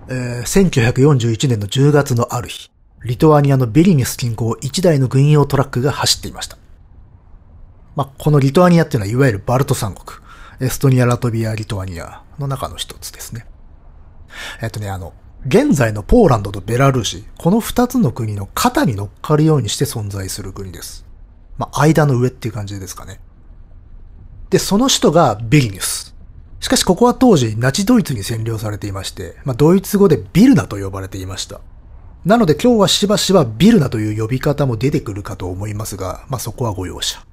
1941年の10月のある日、リトアニアのビリニュス近郊1台の軍用トラックが走っていました。このリトアニアっていうのはいわゆるバルト三国、エストニア、ラトビア、リトアニアの中の一つですね。現在のポーランドとベラルーシ、この二つの国の肩に乗っかるようにして存在する国です。間の上っていう感じですかね。で、その首都がビリニュス。しかしここは当時ナチドイツに占領されていまして、ドイツ語でビルナと呼ばれていました。なので今日はしばしばビルナという呼び方も出てくるかと思いますが、そこはご容赦。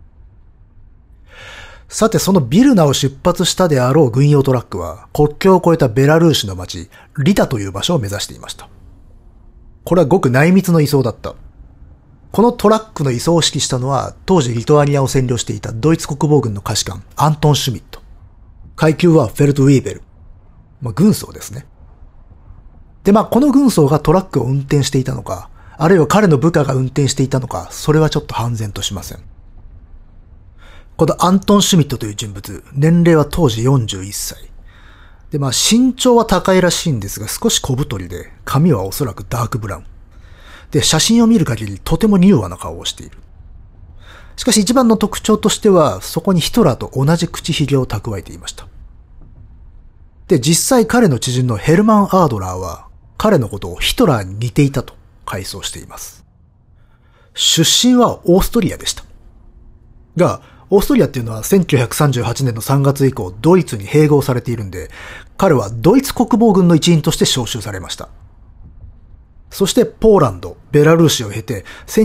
さてそのビルナを出発したであろう軍用トラックは国境を越えたベラルーシの町リタという場所を目指していました。これはごく内密の移送だった。このトラックの移送を指揮したのは当時リトアニアを占領していたドイツ国防軍の下士官アントン・シュミット。階級はフェルト・ウィーベル。軍曹ですね。でこの軍曹がトラックを運転していたのか、あるいは彼の部下が運転していたのか、それはちょっと判然としません。このアントン・シュミットという人物、年齢は当時41歳。で、身長は高いらしいんですが、少し小太りで、髪はおそらくダークブラウン。で、写真を見る限りとても柔和な顔をしている。しかし一番の特徴としては、そこにヒトラーと同じ口ひげを蓄えていました。で、実際彼の知人のヘルマン・アードラーは、彼のことをヒトラーに似ていたと回想しています。出身はオーストリアでした。が、オーストリアっていうのは1938年の3月以降ドイツに併合されているんで、彼はドイツ国防軍の一員として招集されました。そしてポーランド、ベラルーシを経て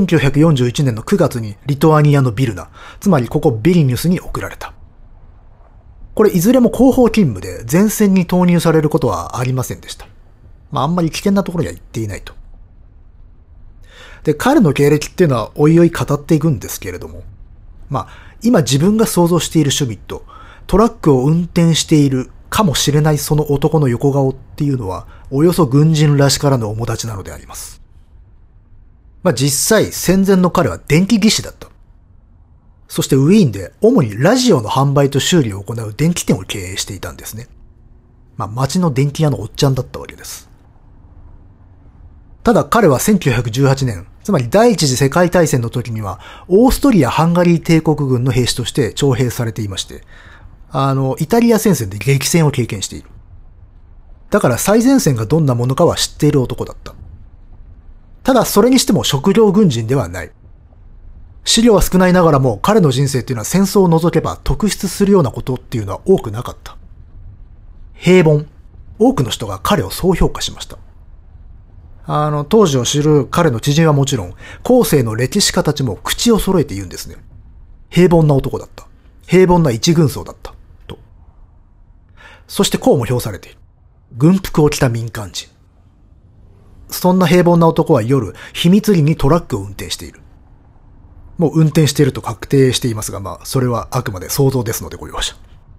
1941年の9月にリトアニアのビルナ、つまりここビリニュスに送られた。これいずれも後方勤務で前線に投入されることはありませんでした。あんまり危険なところには行っていないと。で、彼の経歴っていうのはおいおい語っていくんですけれども、今自分が想像しているシュミット、トラックを運転しているかもしれないその男の横顔っていうのは、およそ軍人らしからぬ面立ちなのであります。実際戦前の彼は電気技師だった。そしてウィーンで主にラジオの販売と修理を行う電気店を経営していたんですね。街の電気屋のおっちゃんだったわけです。ただ彼は1918年、つまり第一次世界大戦の時には、オーストリア・ハンガリー帝国軍の兵士として徴兵されていまして、イタリア戦線で激戦を経験している。だから最前線がどんなものかは知っている男だった。ただそれにしても職業軍人ではない。資料は少ないながらも彼の人生っていうのは戦争を除けば特筆するようなことっていうのは多くなかった。平凡。多くの人が彼をそう評価しました。当時を知る彼の知人はもちろん、後世の歴史家たちも口を揃えて言うんですね。平凡な男だった。平凡な一軍曹だった。と。そしてこうも評されている。軍服を着た民間人。そんな平凡な男は夜、秘密裏にトラックを運転している。もう運転していると確定していますが、それはあくまで想像ですのでご容赦。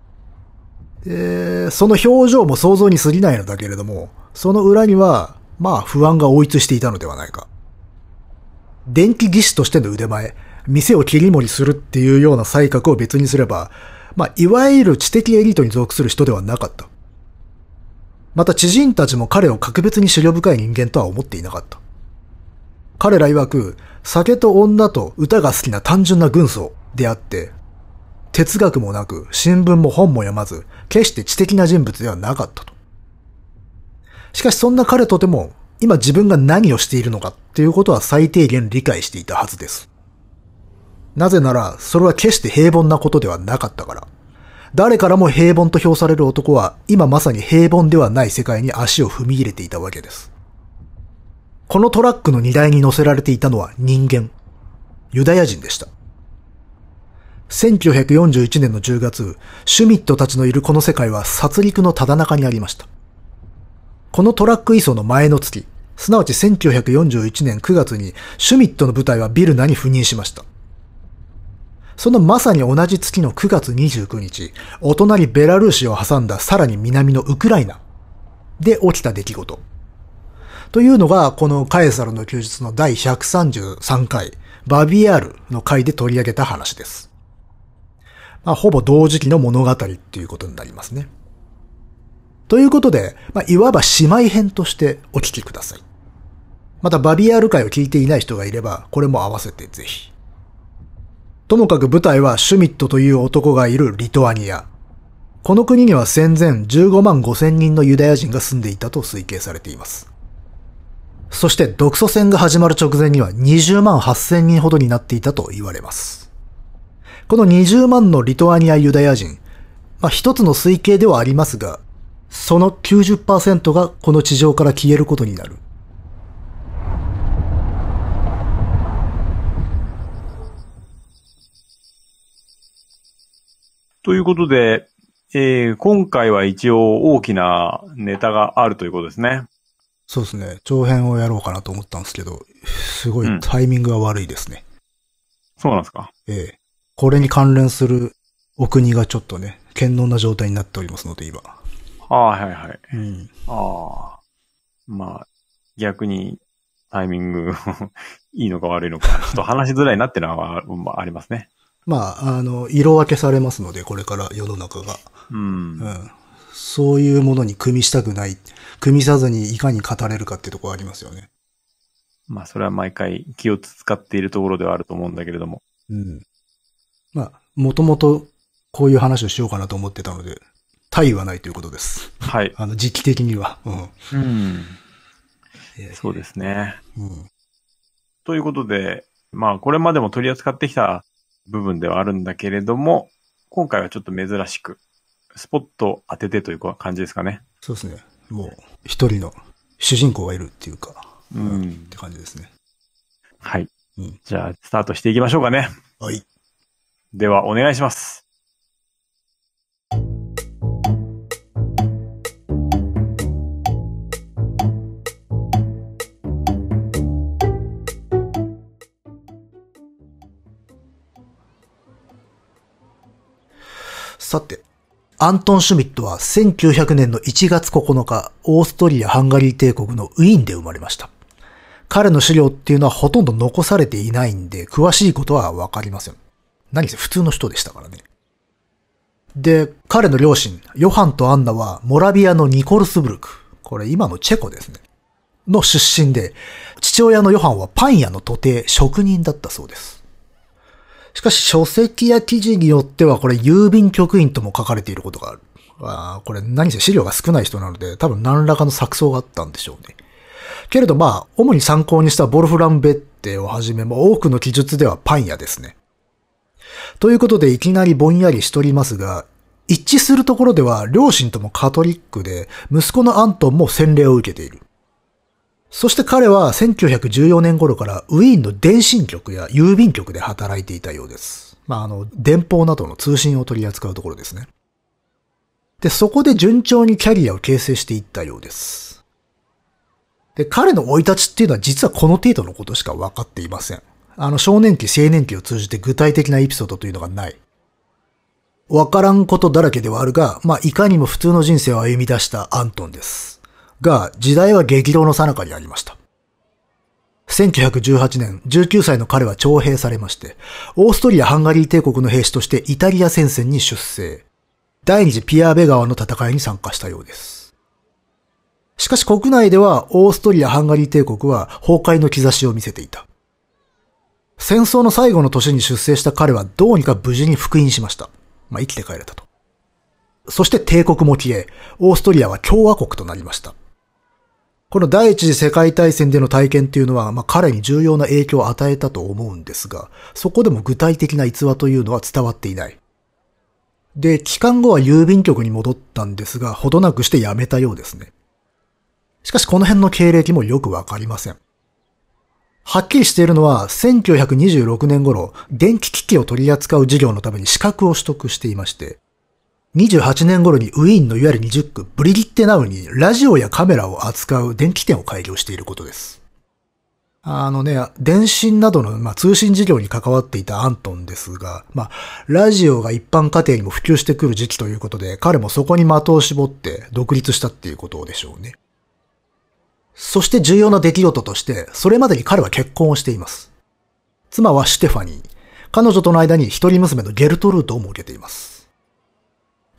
その表情も想像に過ぎないのだけれども、その裏には、不安が追いつしていたのではないか。電気技師としての腕前、店を切り盛りするっていうような才覚を別にすれば、いわゆる知的エリートに属する人ではなかった。また知人たちも彼を格別に思慮深い人間とは思っていなかった。彼ら曰く、酒と女と歌が好きな単純な軍曹であって、哲学もなく、新聞も本も読まず、決して知的な人物ではなかったと。しかしそんな彼とても、今自分が何をしているのかっていうことは最低限理解していたはずです。なぜなら、それは決して平凡なことではなかったから。誰からも平凡と評される男は、今まさに平凡ではない世界に足を踏み入れていたわけです。このトラックの荷台に乗せられていたのは人間。ユダヤ人でした。1941年の10月、シュミットたちのいるこの世界は殺戮のただ中にありました。このトラック移送の前の月、すなわち1941年9月にシュミットの部隊はビルナに赴任しました。そのまさに同じ月の9月29日、お隣ベラルーシを挟んださらに南のウクライナで起きた出来事。というのが、このカエサルの休日の第133回、バビアールの回で取り上げた話です。ほぼ同時期の物語っていうことになりますね。 ということで、いわば姉妹編としてお聞きください。またバビアール会を聞いていない人がいれば、これも合わせてぜひ。ともかく舞台はシュミットという男がいるリトアニア。この国には戦前15万5千人のユダヤ人が住んでいたと推計されています。そして独ソ戦が始まる直前には20万8千人ほどになっていたと言われます。この20万のリトアニアユダヤ人、一つの推計ではありますが、その 90% がこの地上から消えることになる。 ということで、今回は一応大きなネタがあるということですね。 そうですね。長編をやろうかなと思ったんですけど、すごいタイミングが悪いですね。 そうなんですか。 これに関連するお国がちょっとね、堅能な状態になっておりますので、今。 はいはい。逆にタイミングいいのか悪いのか、ちょっと話しづらいなっていうのは、ありますね。 色分けされますので、これから世の中が。そういうものに組みしたくない。組みさずにいかに語れるかっていうところありますよね。 それは毎回気を使っているところではあると思うんだけれども。 もともとこういう話をしようかなと思ってたので、他意はないということです。 はい。 時期的には。 そうですね。ということで、これまでも取り扱ってきた部分ではあるんだけれども、今回はちょっと珍しく、スポット当ててという感じですかね。 そうですね。もう、一人の主人公がいるっていうか、って感じですね。 はい。じゃあ、スタートしていきましょうかね。 はい。 では、お願いします。 さて、アントン・シュミットは1900年の1月9日、オーストリア・ハンガリー帝国のウィーンで生まれました。彼の資料っていうのはほとんど残されていないんで、詳しいことはわかりません。何せ普通の人でしたからね。で、彼の両親、ヨハンとアンナはモラビアのニコルスブルク。これ今のチェコですね。の出身で、父親のヨハンはパン屋の徒弟、職人だったそうです。しかし書籍や記事によってはこれ郵便局員とも書かれていることがある。これ何せ資料が少ない人なので多分何らかの錯綜があったんでしょうね。けれど主に参考にしたボルフラン・ベッテをはじめ多くの記述ではパン屋ですね。ということでいきなりぼんやりしておりますが、一致するところでは両親ともカトリックで息子のアントンも洗礼を受けている。そして彼は1914年頃からウィーンの電信局や郵便局で働いていたようです。電報などの通信を取り扱うところですね。で、そこで順調にキャリアを形成していったようです。で、彼の生い立ちっていうのは実はこの程度のことしか分かっていません。少年期、青年期を通じて具体的なエピソードというのがない。分からんことだらけではあるが、いかにも普通の人生を歩み出したアントンです。が、時代は激動の最中にありました。1918年、19歳の彼は徴兵されまして、オーストリア・ハンガリー帝国の兵士としてイタリア戦線に出征。第二次ピアーベ川の戦いに参加したようです。しかし国内ではオーストリア・ハンガリー帝国は崩壊の兆しを見せていた。戦争の最後の年に出征した彼はどうにか無事に復員しました。生きて帰れたと。そして帝国も消え、オーストリアは共和国となりました。この第一次世界大戦での体験っていうのは、彼に重要な影響を与えたと思うんですが、そこでも具体的な逸話というのは伝わっていない。で、帰還後は郵便局に戻ったんですが、ほどなくして辞めたようですね。しかしこの辺の経歴もよくわかりません。はっきりしているのは、1926年頃、電気機器を取り扱う事業のために資格を取得していまして、28年頃にウィーンのいわゆる20区ブリギッテナウにラジオやカメラを扱う電気店を開業していることです。電信などの、通信事業に関わっていたアントンですが、ラジオが一般家庭にも普及してくる時期ということで、彼もそこに的を絞って独立したっていうことでしょうね。そして重要な出来事として、それまでに彼は結婚をしています。妻はシュテファニー。彼女との間に一人娘のゲルトルートを設けています。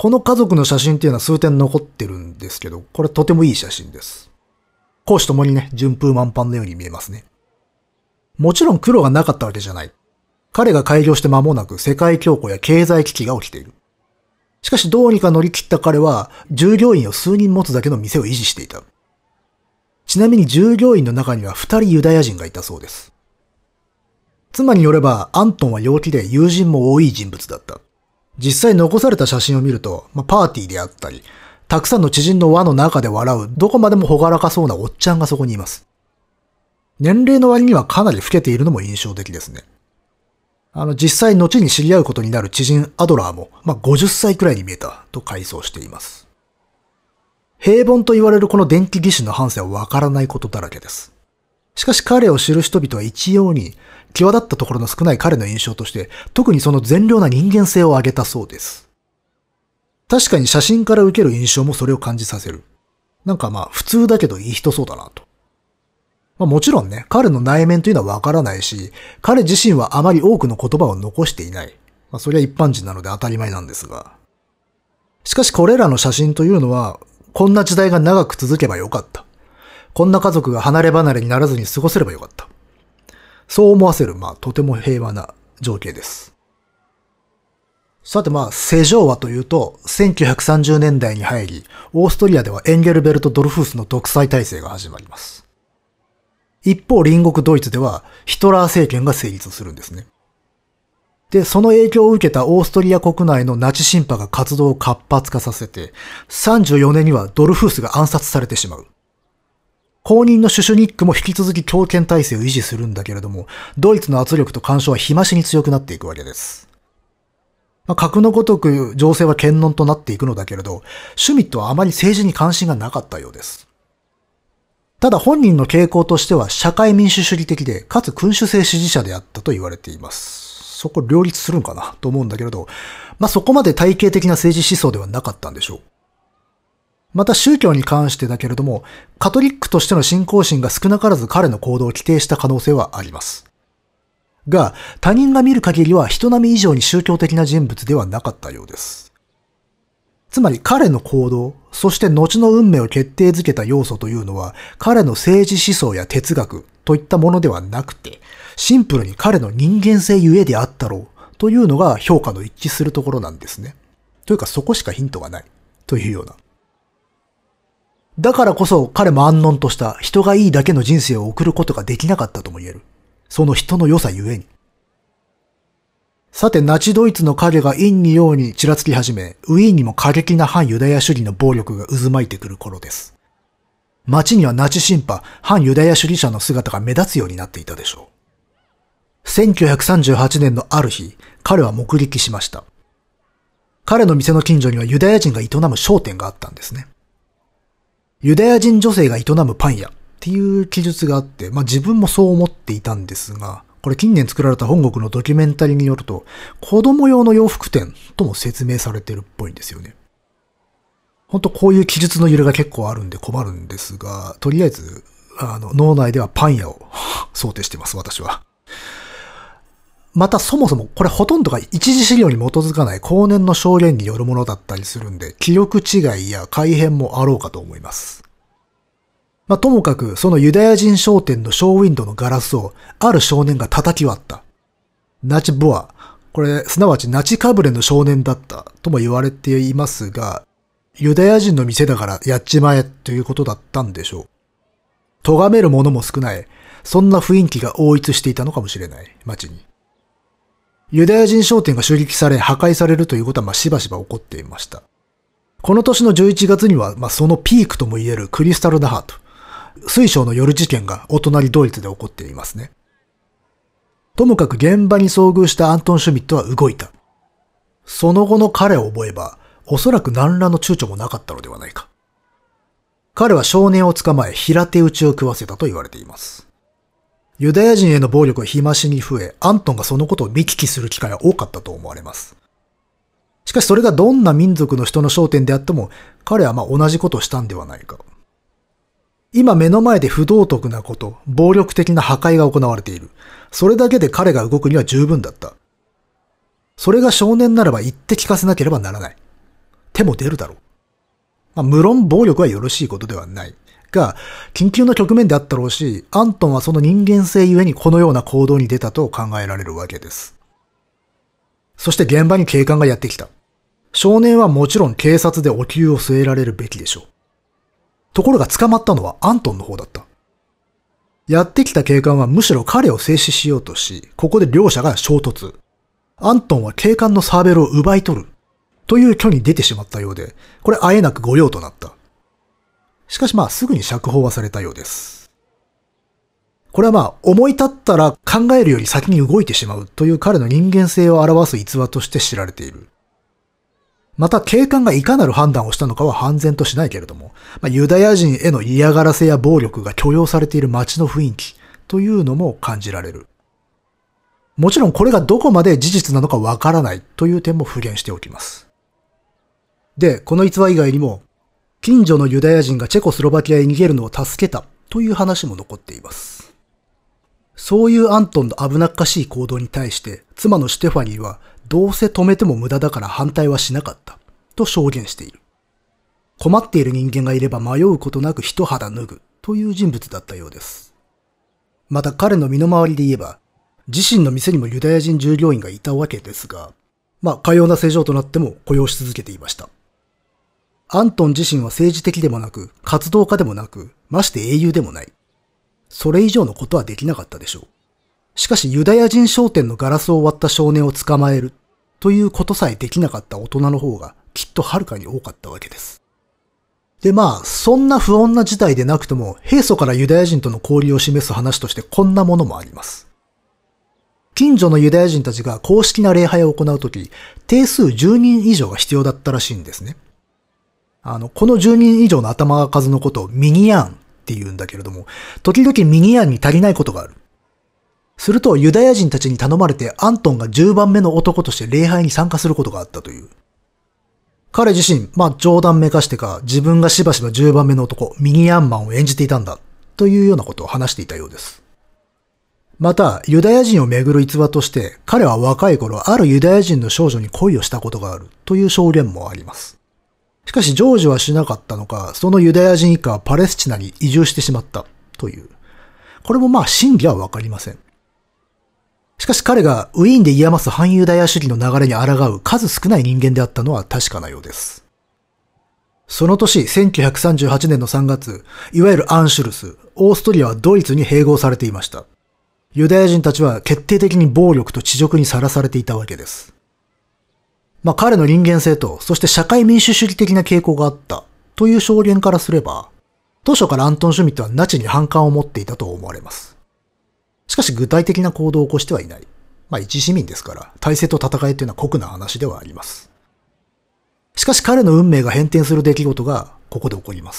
この家族の写真っていうのは数点残ってるんですけど、これとてもいい写真です。公私ともにね、順風満帆のように見えますね。もちろん苦労がなかったわけじゃない。彼が開業して間もなく世界恐慌や経済危機が起きている。しかしどうにか乗り切った彼は従業員を数人持つだけの店を維持していた。ちなみに従業員の中には2人ユダヤ人がいたそうです。妻によればアントンは陽気で友人も多い人物だった。実際残された写真を見ると、パーティーであったり、たくさんの知人の輪の中で笑うどこまでも朗らかそうなおっちゃんがそこにいます。年齢の割にはかなり老けているのも印象的ですね。実際後に知り合うことになる知人アドラーも、50歳くらいに見えたと回想しています。平凡と言われるこの電気技師の半生はわからないことだらけです。しかし彼を知る人々は一様に、際立ったところの少ない彼の印象として、特にその善良な人間性を挙げたそうです。確かに写真から受ける印象もそれを感じさせる。なんか普通だけどいい人そうだなと。もちろんね、彼の内面というのはわからないし、彼自身はあまり多くの言葉を残していない。それは一般人なので当たり前なんですが。しかしこれらの写真というのは、こんな時代が長く続けばよかった。こんな家族が離れ離れにならずに過ごせればよかった。そう思わせる、とても平和な情景です。さて世情はというと、1930年代に入り、オーストリアではエンゲルベルト・ドルフースの独裁体制が始まります。一方隣国ドイツではヒトラー政権が成立するんですね。で、その影響を受けたオーストリア国内のナチシンパが活動を活発化させて、34年にはドルフースが暗殺されてしまう。後任のシュシュニックも引き続き強権体制を維持するんだけれども、ドイツの圧力と干渉は日増しに強くなっていくわけです。格のごとく情勢は堅穏となっていくのだけれど、シュミットはあまり政治に関心がなかったようです。ただ本人の傾向としては社会民主主義的で、かつ君主制支持者であったと言われています。そこ両立するんかなと思うんだけれど、そこまで体系的な政治思想ではなかったんでしょう。また宗教に関してだけれども、カトリックとしての信仰心が少なからず彼の行動を規定した可能性はあります。が、他人が見る限りは人並み以上に宗教的な人物ではなかったようです。つまり彼の行動、そして後の運命を決定づけた要素というのは、彼の政治思想や哲学といったものではなくて、シンプルに彼の人間性ゆえであったろうというのが評価の一致するところなんですね。というかそこしかヒントがないというような。だからこそ彼も安穏とした人がいいだけの人生を送ることができなかったとも言える。その人の良さゆえに。さて、ナチドイツの影が陰に陽にちらつき始め、ウィーンにも過激な反ユダヤ主義の暴力が渦巻いてくる頃です。街にはナチシンパ、反ユダヤ主義者の姿が目立つようになっていたでしょう。1938年のある日、彼は目撃しました。彼の店の近所にはユダヤ人が営む商店があったんですね。ユダヤ人女性が営むパン屋っていう記述があって、自分もそう思っていたんですが、これ近年作られた本国のドキュメンタリーによると、子供用の洋服店とも説明されてるっぽいんですよね。ほんとこういう記述の揺れが結構あるんで困るんですが、とりあえず、脳内ではパン屋を想定してます、私は。またそもそもこれほとんどが一次資料に基づかない後年の証言によるものだったりするんで、記憶違いや改変もあろうかと思います。ともかくそのユダヤ人商店のショーウィンドウのガラスをある少年が叩き割った。ナチボア、これすなわちナチかぶれの少年だったとも言われていますが、ユダヤ人の店だからやっちまえということだったんでしょう。咎める者も少ない、そんな雰囲気が横逸していたのかもしれない、街に。ユダヤ人商店が襲撃され破壊されるということはしばしば起こっていました。この年の11月にはそのピークとも言えるクリスタルナハート、水晶の夜事件がお隣ドイツで起こっていますね。ともかく現場に遭遇したアントン・シュミットは動いた。その後の彼を思えば、おそらく何らの躊躇もなかったのではないか。彼は少年を捕まえ平手打ちを食わせたと言われています。ユダヤ人への暴力は日増しに増え、アントンがそのことを見聞きする機会が多かったと思われます。しかしそれがどんな民族の人の焦点であっても、彼は同じことをしたんではないか。今目の前で不道徳なこと、暴力的な破壊が行われている。それだけで彼が動くには十分だった。それが少年ならば言って聞かせなければならない。 手も出るだろう。まあ、無論暴力はよろしいことではない。が、緊急の局面であったろうし、アントンはその人間性ゆえにこのような行動に出たと考えられるわけです。そして現場に警官がやってきた。少年はもちろん警察でお灸を据えられるべきでしょう。ところが捕まったのはアントンの方だった。やってきた警官はむしろ彼を制止しようとし、ここで両者が衝突。アントンは警官のサーベルを奪い取る。という挙に出てしまったようで、これあえなく御用となった。しかしすぐに釈放はされたようです。これは思い立ったら考えるより先に動いてしまうという彼の人間性を表す逸話として知られている。また警官がいかなる判断をしたのかは判然としないけれども、ユダヤ人への嫌がらせや暴力が許容されている街の雰囲気というのも感じられる。もちろんこれがどこまで事実なのかわからないという点も付言しておきます。で、この逸話以外にも、近所のユダヤ人がチェコスロバキアへ逃げるのを助けたという話も残っています。そういうアントンの危なっかしい行動に対して、妻のシュテファニーは、どうせ止めても無駄だから反対はしなかった、と証言している。困っている人間がいれば迷うことなく一肌脱ぐ、という人物だったようです。また彼の身の回りで言えば、自身の店にもユダヤ人従業員がいたわけですが、かような正常となっても雇用し続けていました。アントン自身は政治的でもなく、活動家でもなく、まして英雄でもない。それ以上のことはできなかったでしょう。しかしユダヤ人商店のガラスを割った少年を捕まえるということさえできなかった大人の方がきっとはるかに多かったわけです。でそんな不穏な事態でなくとも平素からユダヤ人との交流を示す話としてこんなものもあります。近所のユダヤ人たちが公式な礼拝を行うとき、定数10人以上が必要だったらしいんですね。この10人以上の頭数のことをミニヤンって言うんだけれども、時々ミニヤンに足りないことがある。するとユダヤ人たちに頼まれてアントンが10番目の男として礼拝に参加することがあったという。彼自身、冗談めかしてか自分がしばしば10番目の男、ミニヤンマンを演じていたんだというようなことを話していたようです。また、ユダヤ人をめぐる逸話として彼は若い頃あるユダヤ人の少女に恋をしたことがあるという証言もあります。しかし成就はしなかったのか、そのユダヤ人以下はパレスチナに移住してしまったという。これも真偽はわかりません。しかし彼がウィーンで居余す反ユダヤ主義の流れに抗う数少ない人間であったのは確かなようです。その年、1938年の3月、いわゆるアンシュルス、オーストリアはドイツに併合されていました。ユダヤ人たちは決定的に暴力と恥辱にさらされていたわけです。彼の人間性と、そして社会民主主義的な傾向があったという証言からすれば、当初からアントン・シュミットはナチに反感を持っていたと思われます。しかし具体的な行動を起こしてはいない。一市民ですから、体制と戦いというのは酷な話ではあります。しかし彼の運命が変転する出来事がここで起こります。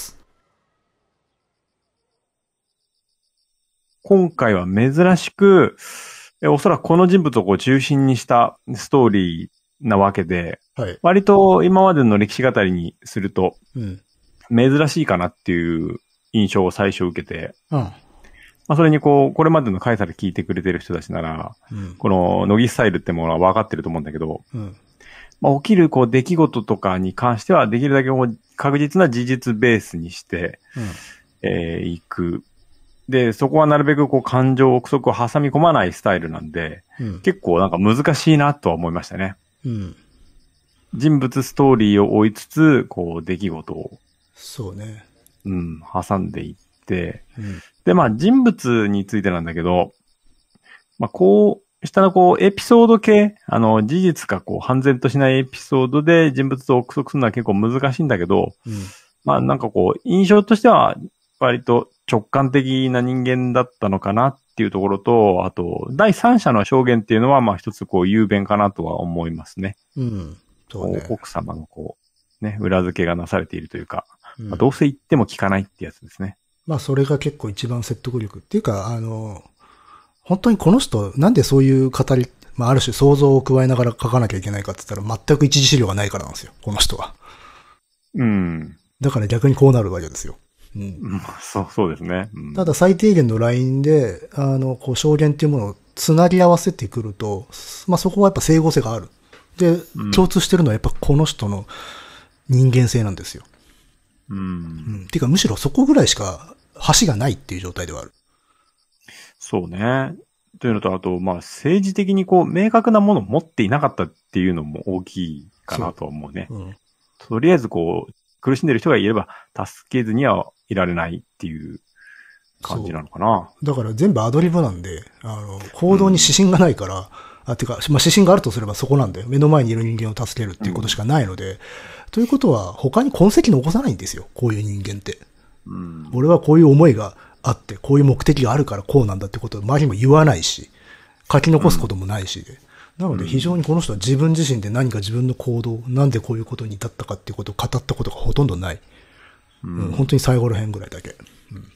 今回は珍しく、おそらくこの人物を中心にしたストーリーなわけで、割と今までの歴史語りにすると、珍しいかなっていう印象を最初受けて、それにこれまでのカイサル聞いてくれてる人たちなら、この乃木スタイルってものは分かってると思うんだけど、起きる出来事とかに関してはできるだけ確実な事実ベースにして、いく。で、そこはなるべく感情憶測を挟み込まないスタイルなんで、結構難しいなとは思いましたね。人物ストーリーを追いつつ、出来事を。 そうね。 挟んでいって、で、人物についてなんだけど、下のエピソード系、事実か判然としないエピソードで人物を憶測するのは結構難しいんだけど、印象としては割と直感的な人間だったのかなっていうところと、あと、第三者の証言っていうのは一つ雄弁かなとは思いますね。 そうね。 奥様の裏付けがなされているというか、どうせ言っても聞かないってやつですね。 それが結構一番説得力っていうか、本当にこの人、なんでそういう語り、ある種想像を加えながら書かなきゃいけないかって言ったら、全く一次資料がないからなんですよ、この人は。だから逆にこうなるわけですよ。 そうですね。 ただ最低限のラインで、証言っていうものをつなぎ合わせてくると、そこはやっぱ整合性がある。で、共通してるのはやっぱこの人の、 人間性なんですよ。てかむしろそこぐらいしか橋がないっていう状態ではある。 そうね。というのと、あと、政治的に明確なものを持っていなかったっていうのも大きいかなとは思うね。とりあえず苦しんでる人がいれば、助けずにはいられないっていう感じなのかな。 だから全部アドリブなんで、行動に指針がないから、てか、指針があるとすればそこなんだよ。目の前にいる人間を助けるっていうことしかないので、ということは他に痕跡残さないんですよ。こういう人間って。俺はこういう思いがあって、こういう目的があるからこうなんだってことを周りにも言わないし、書き残すこともないし、なので非常にこの人は自分自身で何か自分の行動、なんでこういうことに至ったかっていうことを語ったことがほとんどない。本当に最後ら辺ぐらいだけ。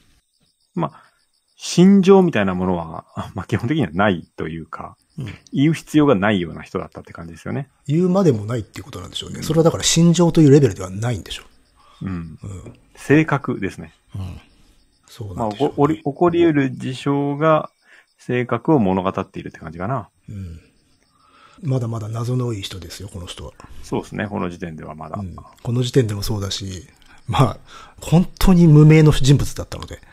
心情みたいなものは、基本的にはないというか、言う必要がないような人だったって感じですよね。 言うまでもないっていうことなんでしょうね。それはだから心情というレベルではないんでしょう。 性格ですね。 そうなんでしょうね。 起こり得る事象が性格を物語っているって感じかな。 まだまだ謎の多い人ですよ、この人は。 そうですね、この時点ではまだ。 この時点でもそうだし、本当に無名の人物だったので。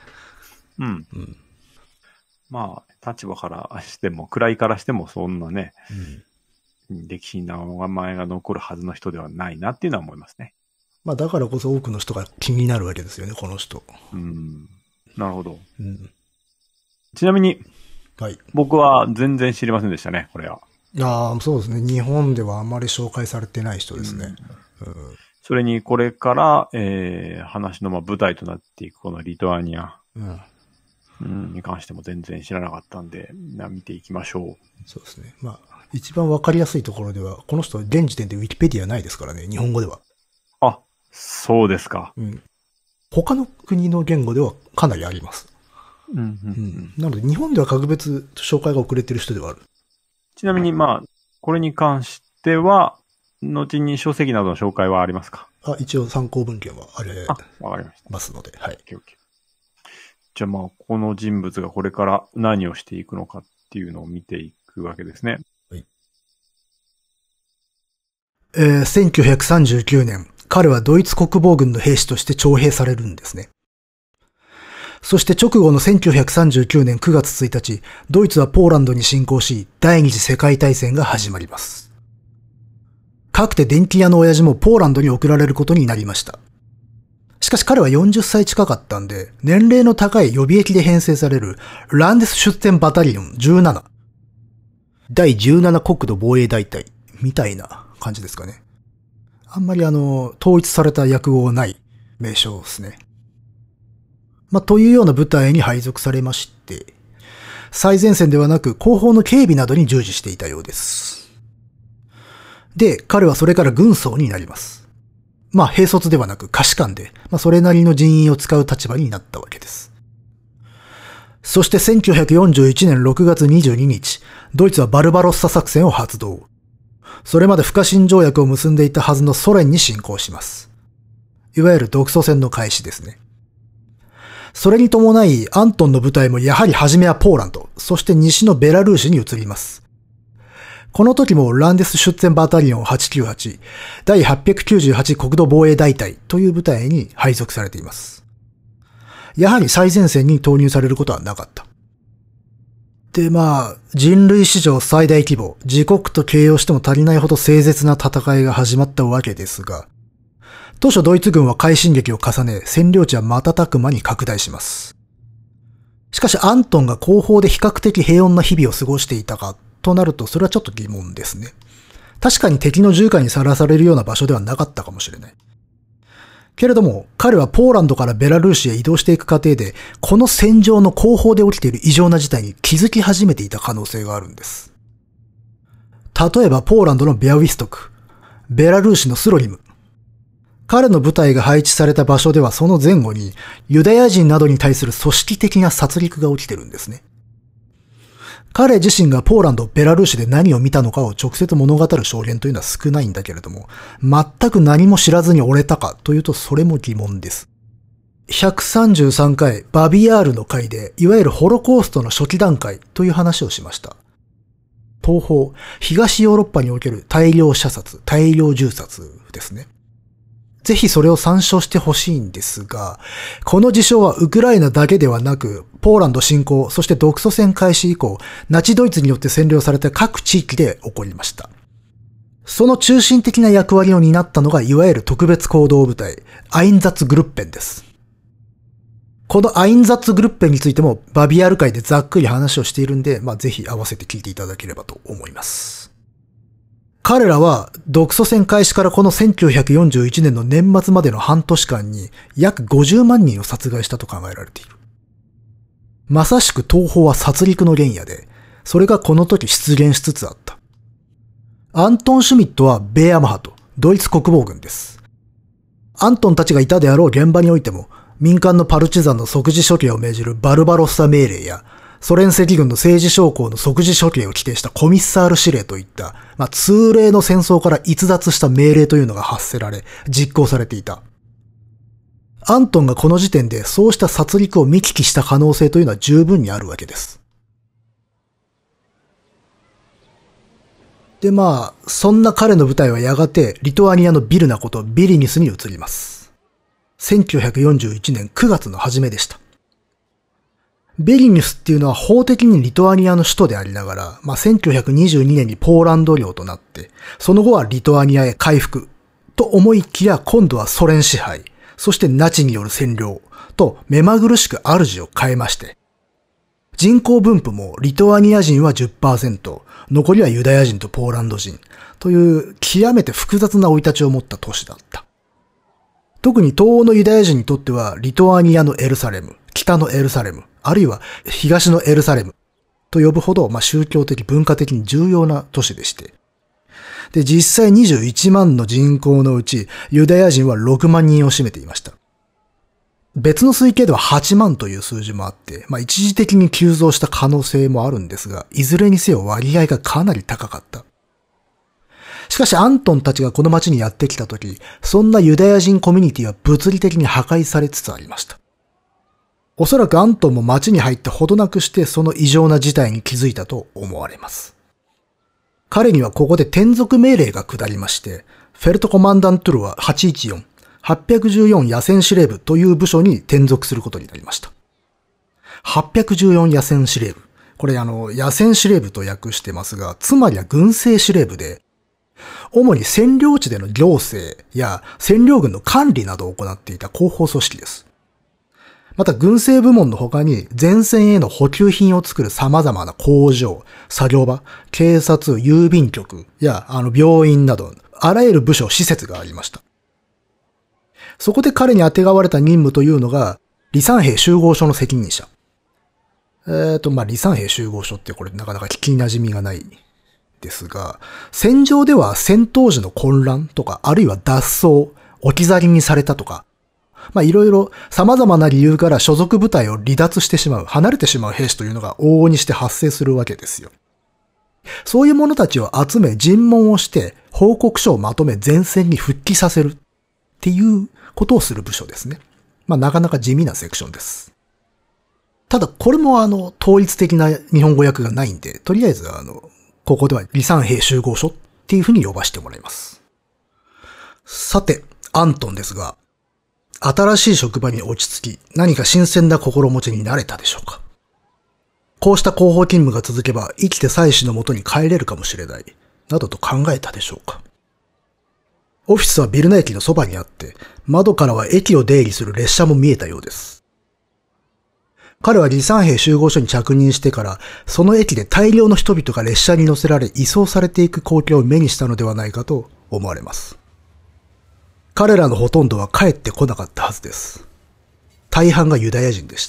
立場からしても、位からしてもそんなね、歴史に名前が残るはずの人ではないなっていうのは思いますね。 だからこそ多くの人が気になるわけですよね、この人。 なるほど。ちなみに、僕は全然知りませんでしたね、これは。 そうですね。日本ではあまり紹介されてない人ですね。 それにこれから、話の舞台となっていくこのリトアニア。に関しても全然知らなかったんで、見ていきましょう。 そうですね。一番わかりやすいところでは、この人、現時点でウィキペディアないですからね、日本語では。 そうですか。 他の国の言語ではかなりあります。なので、日本では格別紹介が遅れてる人ではある。 ちなみに、これに関しては、後に書籍などの紹介はありますか？ 一応参考文献はわかりました。 ので、はい。 じゃあこの人物がこれから何をしていくのかっていうのを見ていくわけですね。 1939年、彼はドイツ国防軍の兵士として徴兵されるんですね。そして直後の1939年9月1日、ドイツはポーランドに侵攻し、第二次世界大戦が始まります。かくて電気屋の親父もポーランドに送られることになりました。しかし彼は40歳近かったんで、年齢の高い予備役で編成されるランデスシュッテンバタリオン17。第17国土防衛大隊みたいな感じですかね。あんまり統一された訳語がない名称ですね。というような部隊に配属されまして、最前線ではなく後方の警備などに従事していたようです。で、彼はそれから軍曹になります。兵卒ではなく下士官で、それなりの人員を使う立場になったわけです。そして1941年6月22日、ドイツはバルバロッサ作戦を発動。それまで不可侵条約を結んでいたはずのソ連に侵攻します。いわゆる独ソ戦の開始ですね。それに伴い、アントンの部隊もやはり初めはポーランド、そして西のベラルーシに移ります。この時もランデスシュッツェンバタリオン898、第898国土防衛大隊という部隊に配属されています。やはり最前線に投入されることはなかった。で、人類史上最大規模、自国と形容しても足りないほど凄絶な戦いが始まったわけですが、当初ドイツ軍は快進撃を重ね、占領地は瞬く間に拡大します。しかしアントンが後方で比較的平穏な日々を過ごしていたかとなると、それはちょっと疑問ですね。確かに敵の重火にさらされるような場所ではなかったかもしれない。けれども、彼はポーランドからベラルーシへ移動していく過程で、この戦場の後方で起きている異常な事態に気づき始めていた可能性があるんです。例えば、ポーランドのベアウィストク、ベラルーシのスロリム。彼の部隊が配置された場所ではその前後に、ユダヤ人などに対する組織的な殺戮が起きてるんですね。彼自身がポーランド、ベラルーシで何を見たのかを直接物語る証言というのは少ないんだけれども、全く何も知らずに折れたかというとそれも疑問です。133回バビアールの回で、いわゆるホロコーストの初期段階という話をしました。東方、東ヨーロッパにおける大量射殺、大量銃殺ですね。 ぜひそれを参照してほしいんですが、この事象はウクライナだけではなく、ポーランド侵攻、そして独ソ戦開始以降、ナチドイツによって占領された各地域で起こりました。その中心的な役割を担ったのが、いわゆる特別行動部隊、アインザッツグルッペンです。このアインザッツグルッペンについても、バビアル会でざっくり話をしているんで、ぜひ合わせて聞いていただければと思います。彼らは、独ソ戦開始からこの1941年の年末までの半年間に、約50万人を殺害したと考えられている。まさしく東方は殺戮の原野で、それがこの時出現しつつあった。アントン・シュミットはベーアマ派とドイツ国防軍です。アントンたちがいたであろう現場においても、民間のパルチザンの即時処刑を命じるバルバロッサ命令や、ソ連赤軍の政治将校の即時処刑を規定したコミッサール指令といった、通例の戦争から逸脱した命令というのが発せられ、実行されていた。アントンがこの時点でそうした殺戮を見聞きした可能性というのは十分にあるわけです。でそんな彼の部隊はやがてリトアニアのビルナことビリニュスに移ります。1941年9月の初めでした。ビリニュスっていうのは法的にリトアニアの首都でありながら、1922年にポーランド領となって、その後はリトアニアへ回復と思いきや今度はソ連支配、そしてナチによる占領と目まぐるしく主を変えまして、人口分布もリトアニア人は 10%、残りはユダヤ人とポーランド人という極めて複雑な生い立ちを持った都市だった。特に東欧のユダヤ人にとってはリトアニアのエルサレム、北のエルサレム、あるいは東のエルサレムと呼ぶほど、宗教的文化的に重要な都市でして。で、実際21万の人口のうちユダヤ人は6万人を占めていました。別の推計では8万という数字もあって、一時的に急増した可能性もあるんですが、いずれにせよ割合がかなり高かった。しかしアントンたちがこの町にやってきたとき、そんなユダヤ人コミュニティは物理的に破壊されつつありました。おそらくアントンも町に入ってほどなくしてその異常な事態に気づいたと思われます。彼にはここで転属命令が下りまして、フェルトコマンダントゥルは814、814野戦司令部という部署に転属することになりました。814野戦司令部。これ野戦司令部と訳してますが、つまりは軍政司令部で、主に占領地での行政や占領軍の管理などを行っていた広報組織です。また軍政部門の他に前線への補給品を作る様々な工場、作業場、警察、郵便局や病院など、あらゆる部署、施設がありました。そこで彼にあてがわれた任務というのが、李三平集合所の責任者。李三平集合所ってこれなかなか聞き馴染みがないですが、戦場では戦闘時の混乱とか、あるいは脱走、置き去りにされたとか、いろいろ様々な理由から所属部隊を離脱してしまう、離れてしまう兵士というのが往々にして発生するわけですよ。そういう者たちを集め尋問をして報告書をまとめ前線に復帰させるっていうことをする部署ですね。なかなか地味なセクションです。ただこれも統一的な日本語訳がないんで、とりあえずここでは李三平集合所っていうふうに呼ばせてもらいます。さて、アントンですが、新しい職場に落ち着き、何か新鮮な心持ちになれたでしょうか。こうした広報勤務が続けば、生きて妻子の元に帰れるかもしれない、などと考えたでしょうか。オフィスはビルナ駅のそばにあって、窓からは駅を出入りする列車も見えたようです。彼は李三平集合所に着任してから、その駅で大量の人々が列車に乗せられ移送されていく光景を目にしたのではないかと思われます。彼らのほとんどは帰ってこなかったはずです。大半がユダヤ人でした。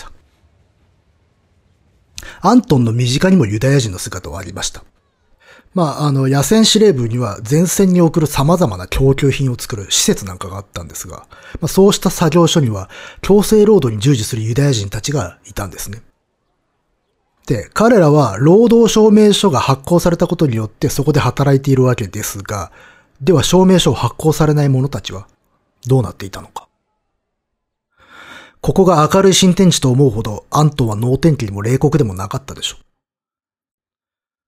アントンの身近にもユダヤ人の姿はありました。野戦司令部には前線に送る様々な供給品を作る施設なんかがあったんですが、そうした作業所には強制労働に従事するユダヤ人たちがいたんですね。で、彼らは労働証明書が発行されたことによってそこで働いているわけですが、では証明書を発行されない者たちはどうなっていたのか。ここが明るい新天地と思うほどアントンは能天気にも冷酷でもなかったでしょう。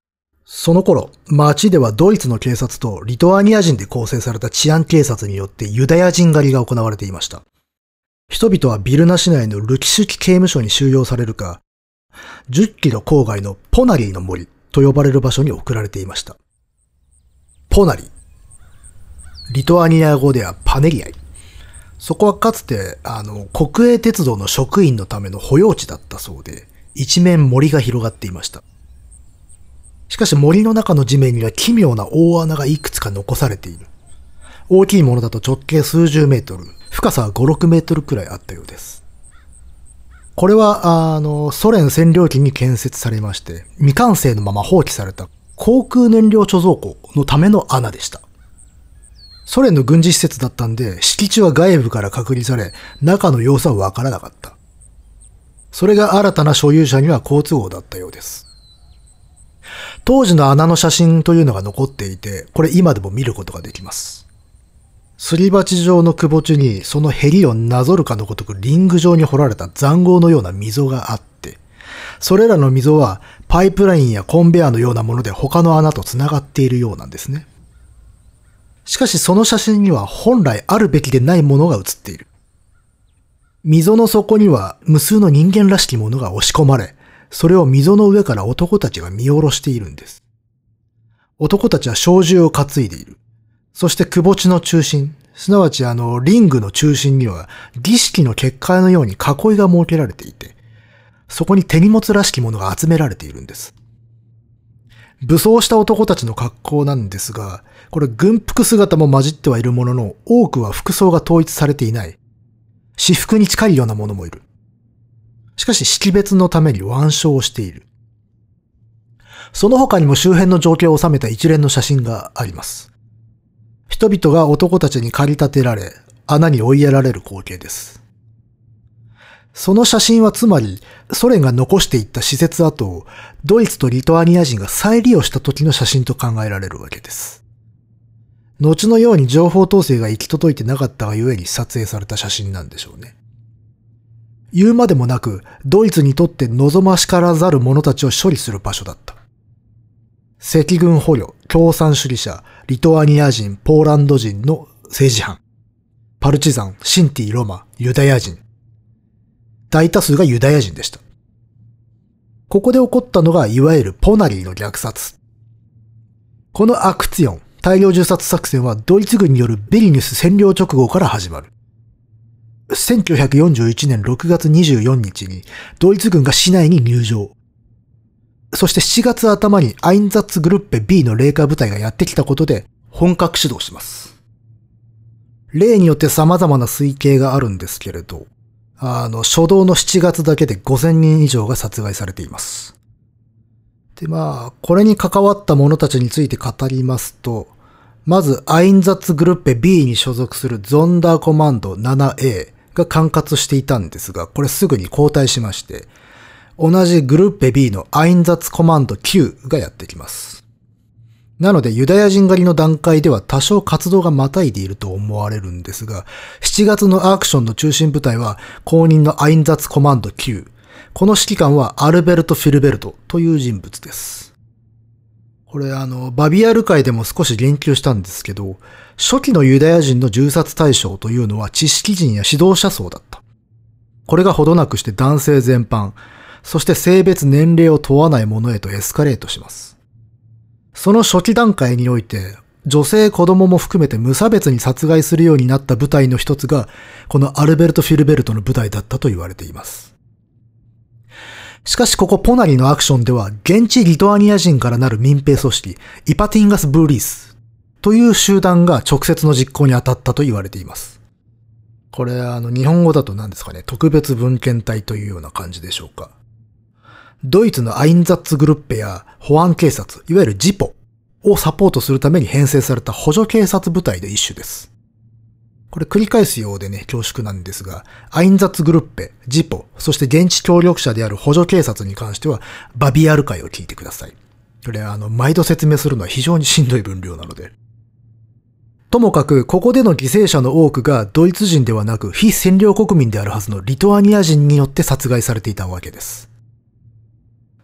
その頃、街ではドイツの警察とリトアニア人で構成された治安警察によってユダヤ人狩りが行われていました。人々はビルナ市内のルキシュキ刑務所に収容されるか、10キロ郊外のポナリーの森と呼ばれる場所に送られていました。ポナリー。リトアニア語ではパネリアイ。そこはかつて、国営鉄道の職員のための保養地だったそうで、一面森が広がっていました。しかし森の中の地面には奇妙な大穴がいくつか残されている。大きいものだと直径数十メートル、深さは5、6メートルくらいあったようです。これは、ソ連占領期に建設されまして、未完成のまま放棄された航空燃料貯蔵庫のための穴でした。ソ連の軍事施設だったんで、敷地は外部から隔離され、中の様子はわからなかった。それが新たな所有者には好都合だったようです。当時の穴の写真というのが残っていて、これ今でも見ることができます。すり鉢状の窪地にそのヘリをなぞるかのごとくリング状に掘られた塹壕のような溝があって、それらの溝はパイプラインやコンベアのようなもので他の穴と繋がっているようなんですね。しかしその写真には本来あるべきでないものが写っている。溝の底には無数の人間らしきものが押し込まれ、それを溝の上から男たちが見下ろしているんです。男たちは小銃を担いでいる。そして窪地の中心、すなわちリングの中心には儀式の結界のように囲いが設けられていて、そこに手荷物らしきものが集められているんです。武装した男たちの格好なんですが、これ軍服姿も混じってはいるものの、多くは服装が統一されていない。私服に近いようなものもいる。しかし識別のために腕章をしている。その他にも周辺の状況を収めた一連の写真があります。人々が男たちに駆り立てられ、穴に追いやられる光景です。その写真はつまり、ソ連が残していった施設跡を、ドイツとリトアニア人が再利用した時の写真と考えられるわけです。後のように情報統制が行き届いてなかったがゆえに撮影された写真なんでしょうね。言うまでもなく、ドイツにとって望ましからざる者たちを処理する場所だった。赤軍捕虜、共産主義者、リトアニア人、ポーランド人の政治犯、パルチザン、シンティ・ロマ、ユダヤ人。大多数がユダヤ人でした。ここで起こったのがいわゆるポナリーの虐殺。このアクツィオン、大量銃殺作戦はドイツ軍によるベリニュス占領直後から始まる。1941年6月24日にドイツ軍が市内に入城。そして7月頭にアインザッツグルッペ B の霊下部隊がやってきたことで本格始動します。例によって様々な推計があるんですけれど、初動の7月だけで5000人以上が殺害されています。で、これに関わった者たちについて語りますと、まずアインザッツグルッペ B に所属するゾンダーコマンド 7A が管轄していたんですが、これすぐに交代しまして、同じグループ B のアインザッツコマンド Q がやってきます。なのでユダヤ人狩りの段階では多少活動がまたいでいると思われるんですが、7月のアクションの中心部隊は公認のアインザッツコマンド Q。この指揮官はアルベルト・フィルベルトという人物です。これバビアル会でも少し言及したんですけど、初期のユダヤ人の銃殺対象というのは知識人や指導者層だった。これがほどなくして男性全般、そして性別年齢を問わないものへとエスカレートします。その初期段階において、女性子供も含めて無差別に殺害するようになった部隊の一つが、このアルベルト・フィルベルトの部隊だったと言われています。しかしここポナリのアクションでは、現地リトアニア人からなる民兵組織、イパティンガス・ブーリースという集団が直接の実行に当たったと言われています。これ日本語だと何ですかね、特別文献隊というような感じでしょうか。ドイツのアインザッツグルッペや保安警察、いわゆるジポをサポートするために編成された補助警察部隊で一種です。これ繰り返すようでね、恐縮なんですが、アインザッツグルッペ、ジポ、そして現地協力者である補助警察に関しては、バビアル会を聞いてください。これ毎度説明するのは非常にしんどい分量なので。ともかく、ここでの犠牲者の多くがドイツ人ではなく、非占領国民であるはずのリトアニア人によって殺害されていたわけです。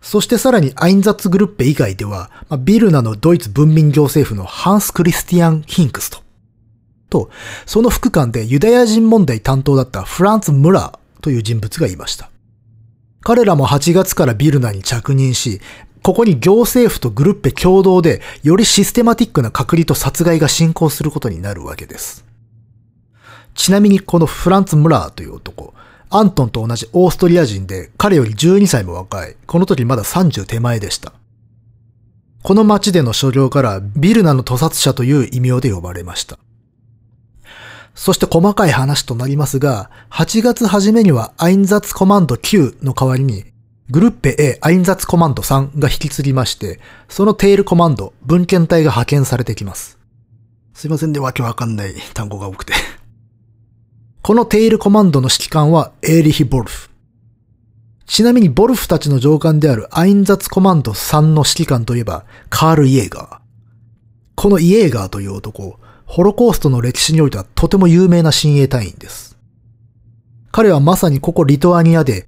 そしてさらにアインザッツグルッペ以外では、ビルナのドイツ文民行政府のハンス・クリスティアン・ヒンクスと、その副官でユダヤ人問題担当だったフランツ・ムラーという人物がいました。彼らも8月からビルナに着任し、ここに行政府とグルッペ共同でよりシステマティックな隔離と殺害が進行することになるわけです。ちなみにこのフランツ・ムラーという男、アントンと同じオーストリア人で彼より12歳も若い、この時まだ30手前でした。この町での所領からビルナの屠殺者という異名で呼ばれました。そして細かい話となりますが、8月初めにはアインザッツコマンド9の代わりに、グルッペ A アインザッツコマンド3が引き継ぎまして、そのテールコマンド、文献隊が派遣されてきます。すいませんね、わけわかんない単語が多くて。このテールコマンドの指揮官はエーリヒ・ボルフ。ちなみにボルフたちの上官であるアインザッツコマンド3の指揮官といえばカール・イエーガー。このイエーガーという男、ホロコーストの歴史においてはとても有名な親衛隊員です。彼はまさにここリトアニアで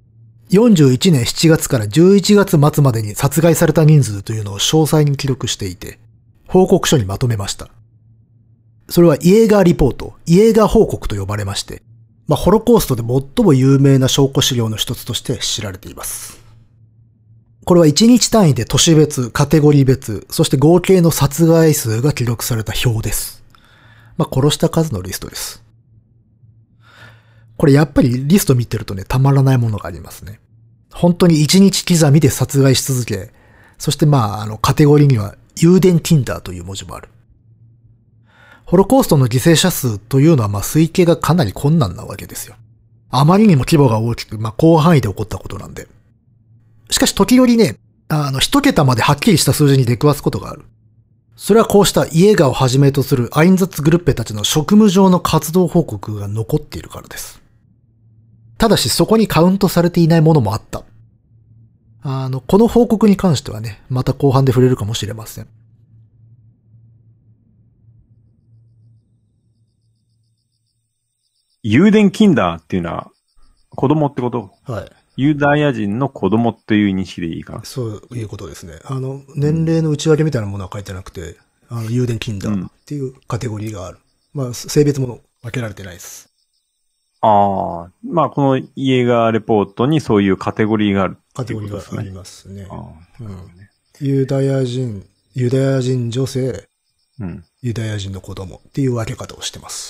41年7月から11月末までに殺害された人数というのを詳細に記録していて、報告書にまとめました。それはイエーガーリポート、イエーガー報告と呼ばれまして、ホロコーストで最も有名な証拠資料の一つとして知られています。これは1日単位で都市別、カテゴリー別、そして合計の殺害数が記録された表です。殺した数のリストです。これやっぱりリスト見てるとね、たまらないものがありますね。本当に1日刻みで殺害し続け、そしてカテゴリーにはユーデン・キンダーという文字もある。ホロコーストの犠牲者数というのは推計がかなり困難なわけですよ。あまりにも規模が大きく、広範囲で起こったことなんで。しかし時折ね、一桁まではっきりした数字に出くわすことがある。それはこうしたイエーガーをはじめとするアインザッツグルッペたちの職務上の活動報告が残っているからです。ただしそこにカウントされていないものもあった。この報告に関してはね、また後半で触れるかもしれません。 ユーデン・キンダーっていうのは子供ってこと？ はい。 ユダヤ人の子供っていう認識でいいかな？ そういうことですね。年齢の内訳みたいなものは書いてなくて、ユーデン・キンダーっていうカテゴリーがある。性別も分けられてないです。 このイエーガーレポートにそういうカテゴリーがある、 カテゴリーがありますね。ユダヤ人女性、ユダヤ人の子供っていう分け方をしてます。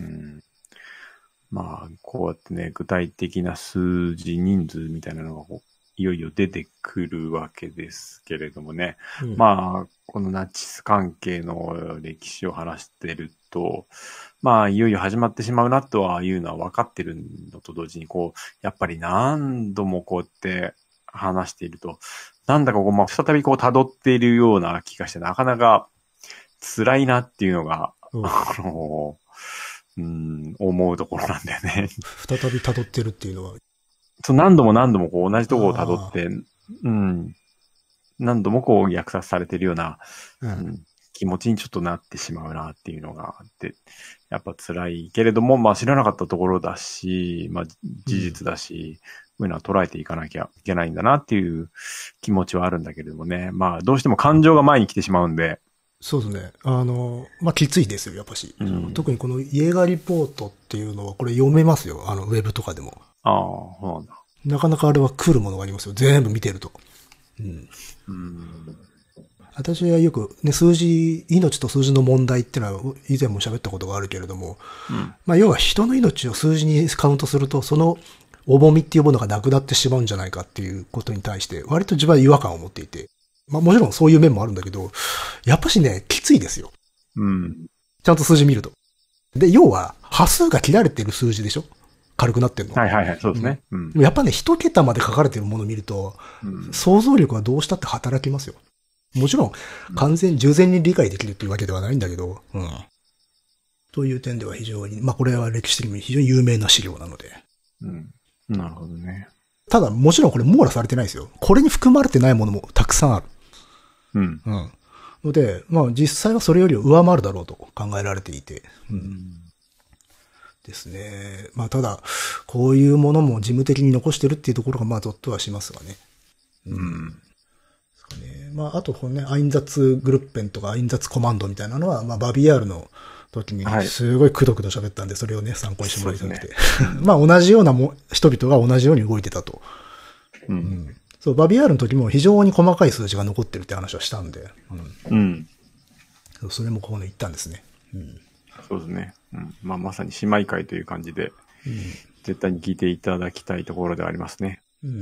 こうやってね、具体的な数字、人数みたいなのがいよいよ出てくるわけですけれどもね。このナチス関係の歴史を話してると、いよいよ始まってしまうなとはいうのは分かってるのと同時に、やっぱり何度もこうやって話していると、なんだか再び辿っているような気がして、なかなか辛いなっていうのが、思うところなんだよね。 再び辿ってるっていうのは。 何度も同じところを辿って、何度も虐殺されてるような、気持ちにちょっとなってしまうなっていうのがあって、やっぱ辛いけれども、知らなかったところだし、事実だし、そういうのは捉えていかなきゃいけないんだなっていう気持ちはあるんだけれどもね。どうしても感情が前に来てしまうんで。 そうですね。きついですよ、やっぱし。特にこのイエーガーリポートっていうのは、これ読めますよ。ウェブとかでも。 そうなんだ。なかなかあれは来るものがありますよ。全部見てると。私はよくね、命と数字の問題っていうのは以前も喋ったことがあるけれども、要は人の命を数字にカウントすると、その重みっていうものがなくなってしまうんじゃないかっていうことに対して、割と自分は違和感を持っていて、もちろんそういう面もあるんだけど、やっぱしね、きついですよ。ちゃんと数字見ると。で、要は、波数が切られてる数字でしょ？軽くなってんの。 そうですね。 やっぱね、一桁まで書かれてるものを見ると、想像力はどうしたって働きますよ。もちろん、従前に理解できるっていうわけではないんだけど、という点では非常に、これは歴史的に非常に有名な資料なので。 なるほどね。 ただ、もちろんこれ網羅されてないですよ。これに含まれてないものもたくさんある。ので、実際はそれより上回るだろうと考えられていて。ですね。ただ、こういうものも事務的に残してるっていうところが、ゾッとはしますがね。 まあ、あとね、アインザツグルッペンとかアインザツコマンドみたいなのは、まあ、バビアールの時に、すごいくどくど喋ったんで、それをね、参考にしてもらいたくて。まあ、同じような人々が同じように動いてたと。そう、バビアールの時も非常に細かい数字が残ってるって話はしたんで。それもここで言ったんですね。 そうですね。まあ、まさに姉妹会という感じで、絶対に聞いていただきたいところではありますね。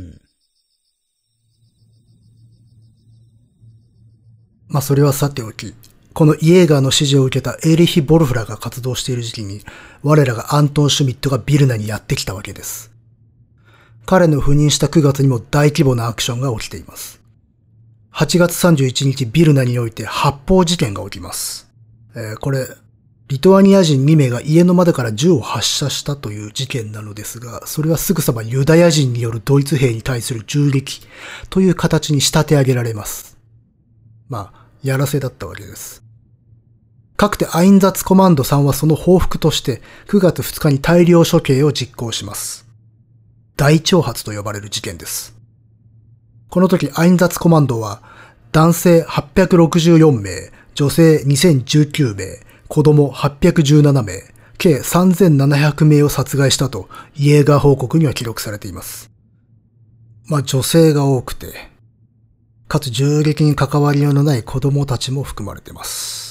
まあ、それはさておき、このイエーガーの指示を受けたエーリヒ・ボルフラが活動している時期に、我らがアントン・シュミットがビルナにやってきたわけです。彼の赴任した9月にも大規模なアクションが起きています。8月31日ビルナにおいて発砲事件が起きます。これ、リトアニア人2名が家の窓から銃を発射したという事件なのですが、それはすぐさまユダヤ人によるドイツ兵に対する銃撃という形に仕立て上げられます。まあ、やらせだったわけです。かくてアインザツコマンド3はその報復として9月2日に大量処刑を実行します。大挑発と呼ばれる事件です。この時アインザツコマンドは男性864名、女性2019名、子供817名、計3700名を殺害したとイエーガー報告には記録されています。まあ女性が多くて、かつ銃撃に関わりようのない子供たちも含まれています。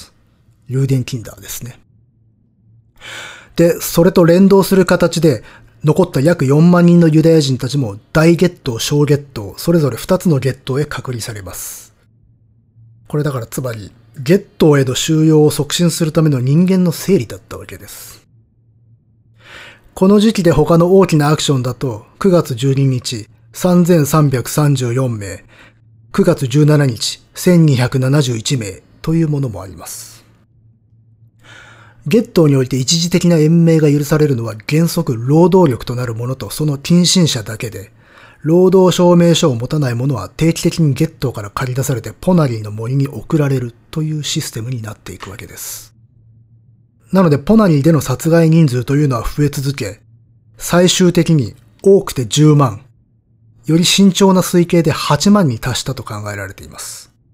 ユーデンキンダーですね。で、それと連動する形で、残った約4万人のユダヤ人たちも大ゲットー、小ゲットー、それぞれ2つのゲットーへ隔離されます。これだからつまり、ゲットーへの収容を促進するための人間の整理だったわけです。この時期で他の大きなアクションだと、9月12日、3334名、9月17日、1271名というものもあります。ゲットーにおいて一時的な延命が許されるのは原則労働力となるものとその近親者だけで、労働証明書を持たない者は定期的にゲットーから借り出されてポナリーの森に送られるというシステムになっていくわけです。なのでポナリーでの殺害人数というのは増え続け、最終的に多くて10万、より慎重な推計で8万に達したと考えられています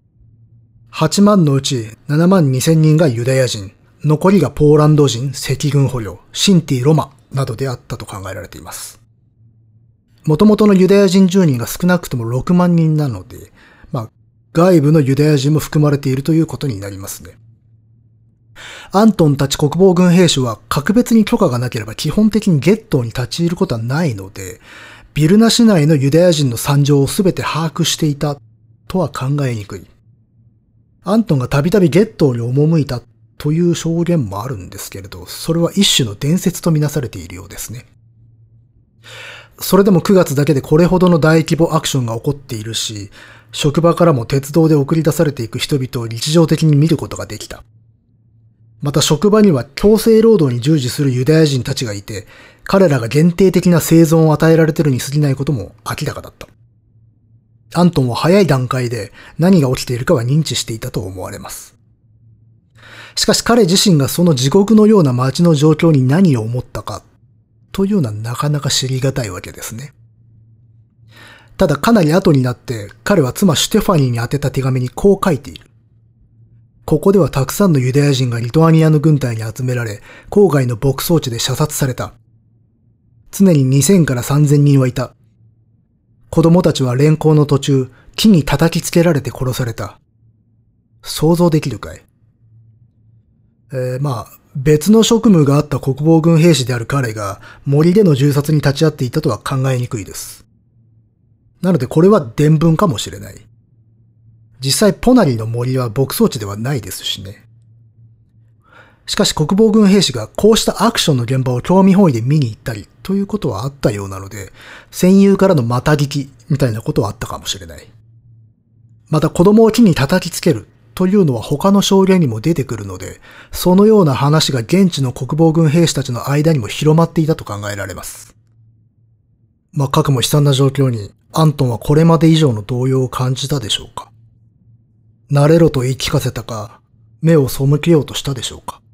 。8万のうち7万2千人がユダヤ人、残りがポーランド人、赤軍捕虜、シンティ・ロマなどであったと考えられています。元々のユダヤ人住人が少なくとも6万人なので、まあ、外部のユダヤ人も含まれているということになりますね。アントンたち国防軍兵士は格別に許可がなければ基本的にゲットーに立ち入ることはないので、ビルナ市内のユダヤ人の惨状をすべて把握していたとは考えにくい。アントンがたびたびゲットーに赴いたという証言もあるんですけれど、それは一種の伝説とみなされているようですね。それでも9月だけでこれほどの大規模アクションが起こっているし、職場からも鉄道で送り出されていく人々を日常的に見ることができた。また職場には強制労働に従事するユダヤ人たちがいて、彼らが限定的な生存を与えられているに過ぎないことも明らかだった。アントンは早い段階で何が起きているかは認知していたと思われます。しかし彼自身がその地獄のような街の状況に何を思ったかというのはなかなか知りがたいわけですね。ただかなり後になって彼は妻シュテファニーに宛てた手紙にこう書いている。ここではたくさんのユダヤ人がリトアニアの軍隊に集められ、郊外の牧草地で射殺された。常に2000から3000人はいた。子供たちは連行の途中、木に叩きつけられて殺された。想像できるかい？まあ、別の職務があった国防軍兵士である彼が森での銃殺に立ち会っていたとは考えにくいです。なのでこれは伝聞かもしれない。実際ポナリの森は牧草地ではないですしね。しかし国防軍兵士がこうしたアクションの現場を興味本位で見に行ったりということはあったようなので、戦友からのまた聞きみたいなことはあったかもしれない。また子供を木に叩きつけるというのは他の証言にも出てくるので、そのような話が現地の国防軍兵士たちの間にも広まっていたと考えられます。まあ、かくも悲惨な状況にアントンはこれまで以上の動揺を感じたでしょうか。慣れろと言い聞かせたか、目を背けようとしたでしょうか。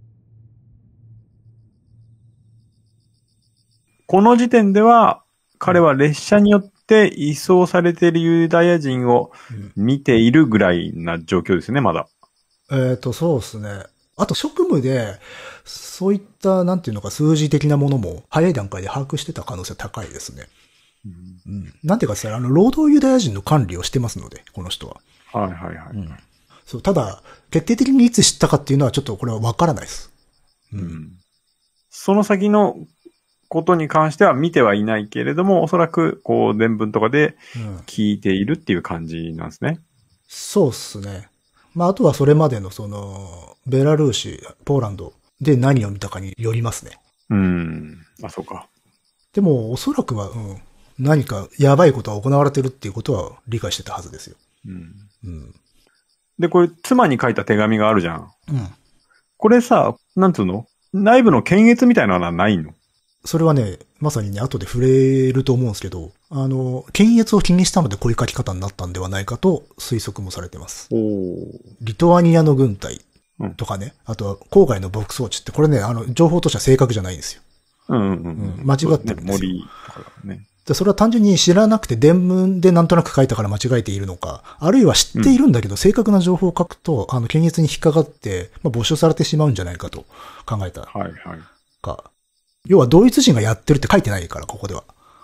この時点では、彼は列車によっして移送されているユダヤ人を見ているぐらいな状況ですね、まだ。 そうですね。あと職務で、そういった、なんていうのか、数字的なものも早い段階で把握してた可能性は高いですね。うん。なんていうかさ、労働ユダヤ人の管理をしてますので、この人は。 はいはいはい。 そう、ただ、決定的にいつ知ったかっていうのはちょっとこれはわからないです。 その先のことに関しては見てはいないけれども、おそらく、こう、伝聞とかで聞いているっていう感じなんですね。 そうっすね。まあ、あとはそれまでのベラルーシ、ポーランドで何を見たかによりますね。 あ、そうか。 でも、おそらくは、何かやばいことが行われてるっていうことは理解してたはずですよ。 で、これ、妻に書いた手紙があるじゃん。これさ、なんつうの？内部の検閲みたいなのはないの？ それはね、まさにね、後で触れると思うんですけど、検閲を気にしたのでこういう書き方になったんではないかと推測もされてます。リトアニアの軍隊とかね、あとは郊外の牧草地って、これね、情報としては正確じゃないんですよ。間違ってるんですよ。 森とかだね。 で、それは単純に知らなくて伝聞でなんとなく書いたから間違えているのか、あるいは知っているんだけど、正確な情報を書くと、検閲に引っかかって、没収されてしまうんじゃないかと考えた。要は同一人がやってるって書いてないから、ここでは。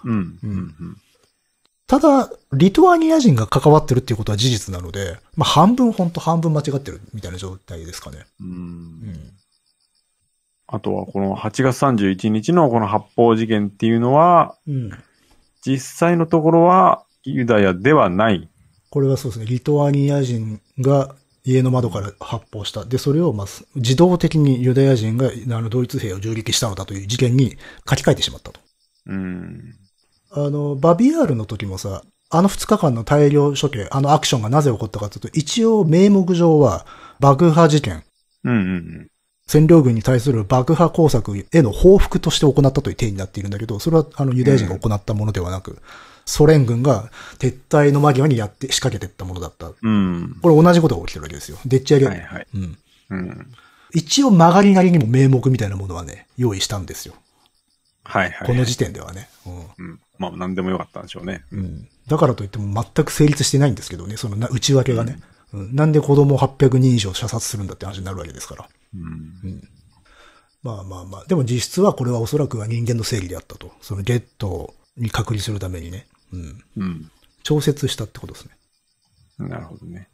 ただ、リトアニア人が関わってるっていうことは事実なので、半分本当半分間違ってるみたいな状態ですかね。 あとはこの8月31日のこの発砲事件っていうのは、実際のところはユダヤではない。 これはそうですね。リトアニア人が家の窓から発砲した。で、それを自動的にユダヤ人がドイツ兵を銃撃したのだという事件に書き換えてしまったと。バビアールの時もさ、2日間の大量処刑、アクションがなぜ起こったかというと、一応名目上は爆破事件。占領軍に対する爆破工作への報復として行ったという体になっているんだけど、それはユダヤ人が行ったものではなく、ソ連軍が撤退の間際に仕掛けていったものだった。これ同じことが起きてるわけですよ。でっち上げ。一応曲がりなりにも名目みたいなものはね、用意したんですよ。この時点ではね。 まあ何でもよかったんでしょうね。 だからといっても全く成立してないんですけどね、その内訳がね。なんで子供800人以上射殺するんだって話になるわけですから。まあ。でも実質はこれはおそらくは人間の正義であったと。そのゲットに隔離するためにね。調節したってことですね。 なるほどね。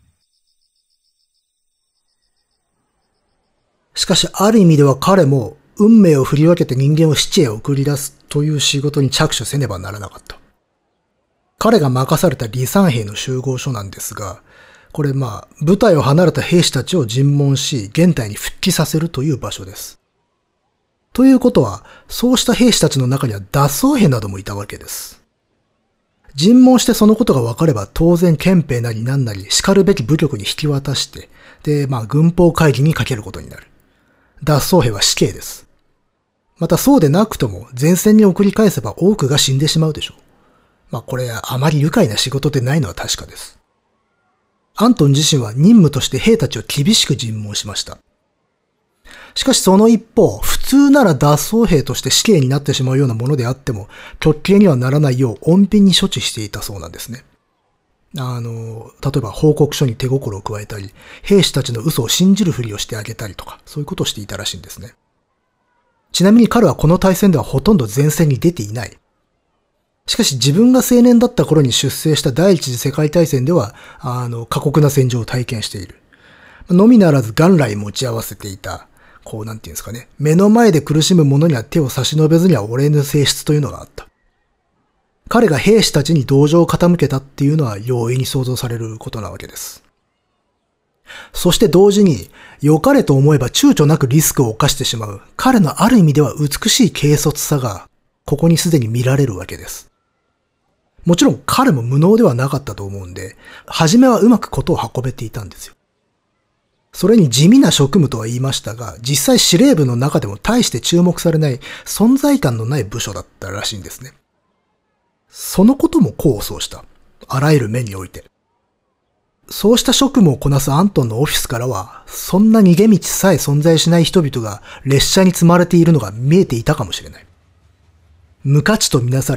しかし、ある意味では彼も運命を振り分けて人間を死地へ送り出すという仕事に着手せねばならなかった。彼が任された離散兵の集合所なんですが、これ部隊を離れた兵士たちを尋問し、現隊に復帰させるという場所です。ということは、そうした兵士たちの中には脱走兵などもいたわけです。尋問してそのことが分かれば当然憲兵なり何なり叱るべき部局に引き渡して、で、軍法会議にかけることになる。脱走兵は死刑です。またそうでなくとも前線に送り返せば多くが死んでしまうでしょう。これあまり愉快な仕事でないのは確かです。アントン自身は任務として兵たちを厳しく尋問しました。しかしその一方、普通なら脱走兵として死刑になってしまうようなものであっても、極刑にはならないよう穏便に処置していたそうなんですね。例えば報告書に手心を加えたり、兵士たちの嘘を信じるふりをしてあげたりとか、そういうことをしていたらしいんですね。ちなみに彼はこの大戦ではほとんど前線に出ていない。しかし自分が青年だった頃に出征した第一次世界大戦では、過酷な戦場を体験している。のみならず元来持ち合わせていた、なんていうんですかね、目の前で苦しむ者には手を差し伸べずには折れぬ性質というのがあった。彼が兵士たちに同情を傾けたっていうのは容易に想像されることなわけです。そして同時に、良かれと思えば躊躇なくリスクを冒してしまう、彼のある意味では美しい軽率さが、ここにすでに見られるわけです。もちろん彼も無能ではなかったと思うんで、初めはうまくことを運べていたんですよ。それに地味な職務とは言いましたが、実際司令部の中でも大して注目されない存在感のない部署だったらしいんですね。そのことも功を奏した。あらゆる面において。そうした職務をこなすアントンのオフィスからは、そんな逃げ道さえ存在しない人々が列車に積まれているのが見えていたかもしれない。無価値とみなされ、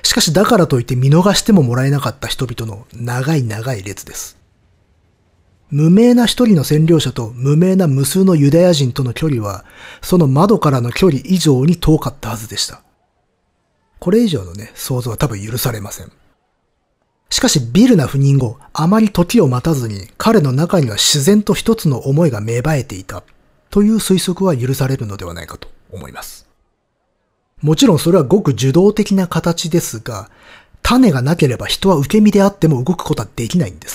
しかしだからといって見逃してももらえなかった人々の長い長い列です。無名な一人の占領者と無名な無数のユダヤ人との距離は、その窓からの距離以上に遠かったはずでした。これ以上のね、想像は多分許されません。しかしビルナ赴任後、あまり時を待たずに彼の中には自然と一つの思いが芽生えていたという推測は許されるのではないかと思います。もちろんそれはごく受動的な形ですが、種がなければ人は受け身であっても動くことはできないんです。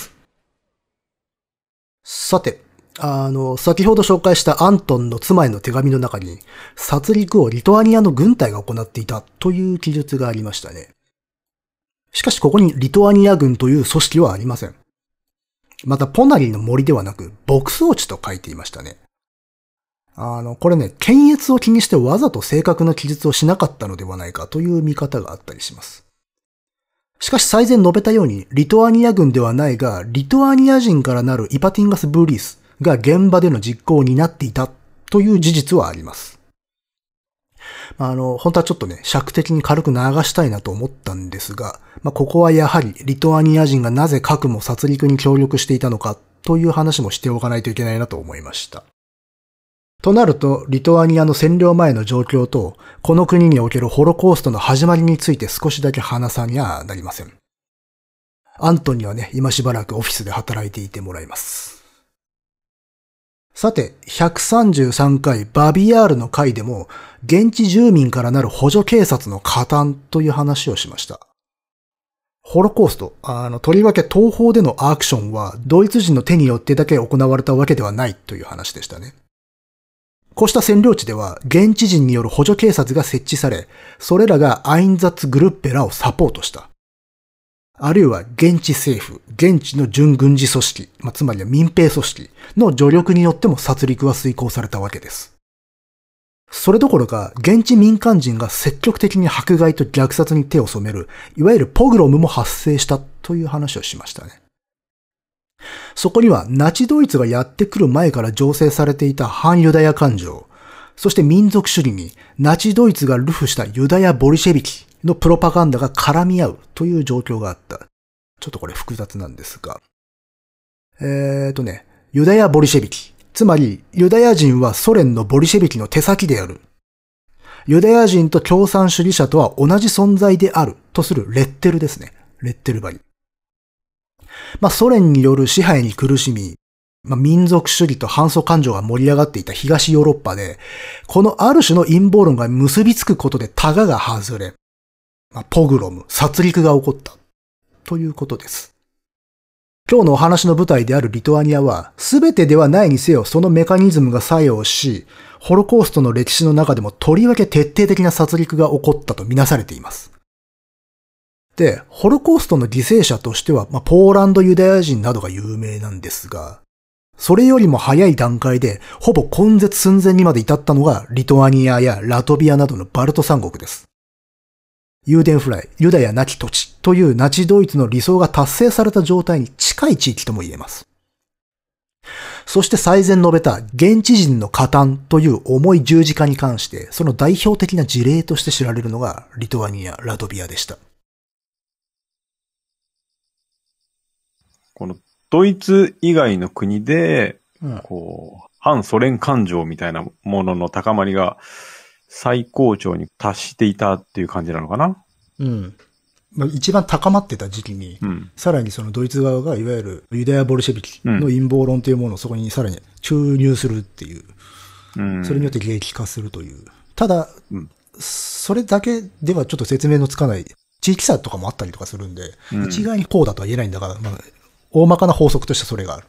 さて、先ほど紹介したアントンの妻への手紙の中に、殺戮をリトアニアの軍隊が行っていたという記述がありましたね。しかしここにリトアニア軍という組織はありません。また、ポナリの森ではなく、牧草地と書いていましたね。これね、検閲を気にしてわざと正確な記述をしなかったのではないかという見方があったりします。しかし最前述べたように、リトアニア軍ではないが、リトアニア人からなるイパティンガス・ブーリースが現場での実行を担っていたという事実はあります。本当はちょっとね、尺的に軽く流したいなと思ったんですが、ここはやはりリトアニア人がなぜ核も殺戮に協力していたのかという話もしておかないといけないなと思いました。となると、リトアニアの占領前の状況と、この国におけるホロコーストの始まりについて少しだけ話さにゃなりません。アントンにはね、今しばらくオフィスで働いていてもらいます。さて、133回バビアールの回でも、現地住民からなる補助警察の加担という話をしました。ホロコースト、とりわけ東方でのアクションは、ドイツ人の手によってだけ行われたわけではないという話でしたね。こうした占領地では、現地人による補助警察が設置され、それらがアインザッツグルッペラをサポートした。あるいは現地政府、現地の準軍事組織、つまりは民兵組織の助力によっても殺戮は遂行されたわけです。それどころか、現地民間人が積極的に迫害と虐殺に手を染める、いわゆるポグロムも発生したという話をしましたね。そこにはナチドイツがやってくる前から醸成されていた反ユダヤ感情、そして民族主義にナチドイツが流布したユダヤボリシェビキのプロパガンダが絡み合うという状況があった。ちょっとこれ複雑なんですが。ユダヤボリシェビキ。つまり、ユダヤ人はソ連のボリシェビキの手先である。ユダヤ人と共産主義者とは同じ存在であるとするレッテルですね。レッテル張り。ソ連による支配に苦しみ、民族主義と反祖感情が盛り上がっていた東ヨーロッパで、このある種の陰謀論が結びつくことでタガが外れ、ポグロム、殺戮が起こったということです。今日のお話の舞台であるリトアニアは、すべてではないにせよそのメカニズムが作用し、ホロコーストの歴史の中でもとりわけ徹底的な殺戮が起こったとみなされています。で、ホロコーストの犠牲者としては、ポーランドユダヤ人などが有名なんですが、それよりも早い段階で、ほぼ根絶寸前にまで至ったのが、リトアニアやラトビアなどのバルト三国です。ユーデンフライ、ユダヤなき土地というナチドイツの理想が達成された状態に近い地域とも言えます。そして最前述べた現地人の加担という重い十字架に関して、その代表的な事例として知られるのがリトアニア、ラトビアでした。 このドイツ以外の国で、反ソ連感情みたいなものの高まりが最高潮に達していたっていう感じなのかな？ うん。一番高まってた時期に、さらにそのドイツ側がいわゆるユダヤボルシェビキの陰謀論というものをそこにさらに注入するっていう、それによって激化するという。ただ、それだけではちょっと説明のつかない地域差とかもあったりとかするんで、一概にこうだとは言えないんだが、大まかな法則としてそれがある。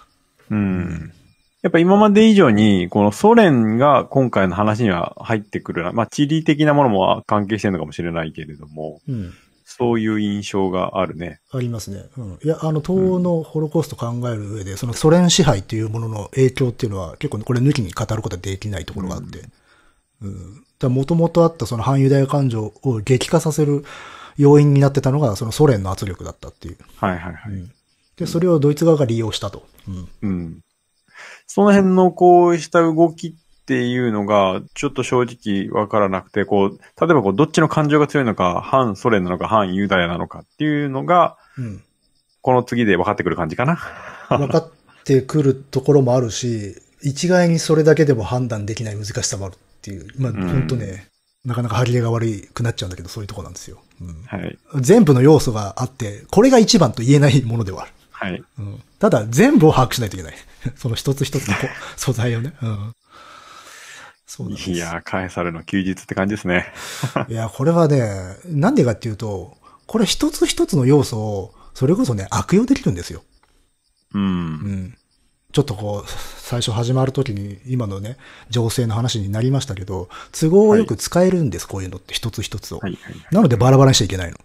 やっぱ今まで以上に、このソ連が今回の話には入ってくるな。地理的なものも関係してるのかもしれないけれども、そういう印象があるね。 ありますね。いや、東欧のホロコースト考える上で、そのソ連支配っていうものの影響っていうのは結構これ抜きに語ることはできないところがあって、もともとあったその反ユダヤ感情を激化させる要因になってたのがそのソ連の圧力だったっていう。で、それをドイツ側が利用したと。 その辺のこうした動きっっていうのが、ちょっと正直わからなくて、こう、例えばこう、どっちの感情が強いのか、反ソ連なのか、反ユダヤなのかっていうのが、この次で分かってくる感じかな。 分かってくるところもあるし、一概にそれだけでも判断できない難しさもあるっていう、まあ、本当ね、なかなか張り出が悪くなっちゃうんだけど、そういうところなんですよ。 はい。 全部の要素があって、これが一番と言えないものではある。 はい。 ただ、全部を把握しないといけない。その一つ一つの素材をね。そうなんです。 いやー、返されの休日って感じですね。 いや、これはね、なんでかっていうと、これ一つ一つの要素を、それこそね、悪用できるんですよ。ちょっとこう、最初始まるときに今のね、情勢の話になりましたけど、都合よく使えるんです、こういうのって一つ一つを。なのでバラバラにしちゃいけないの。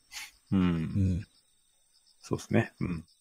そうですね。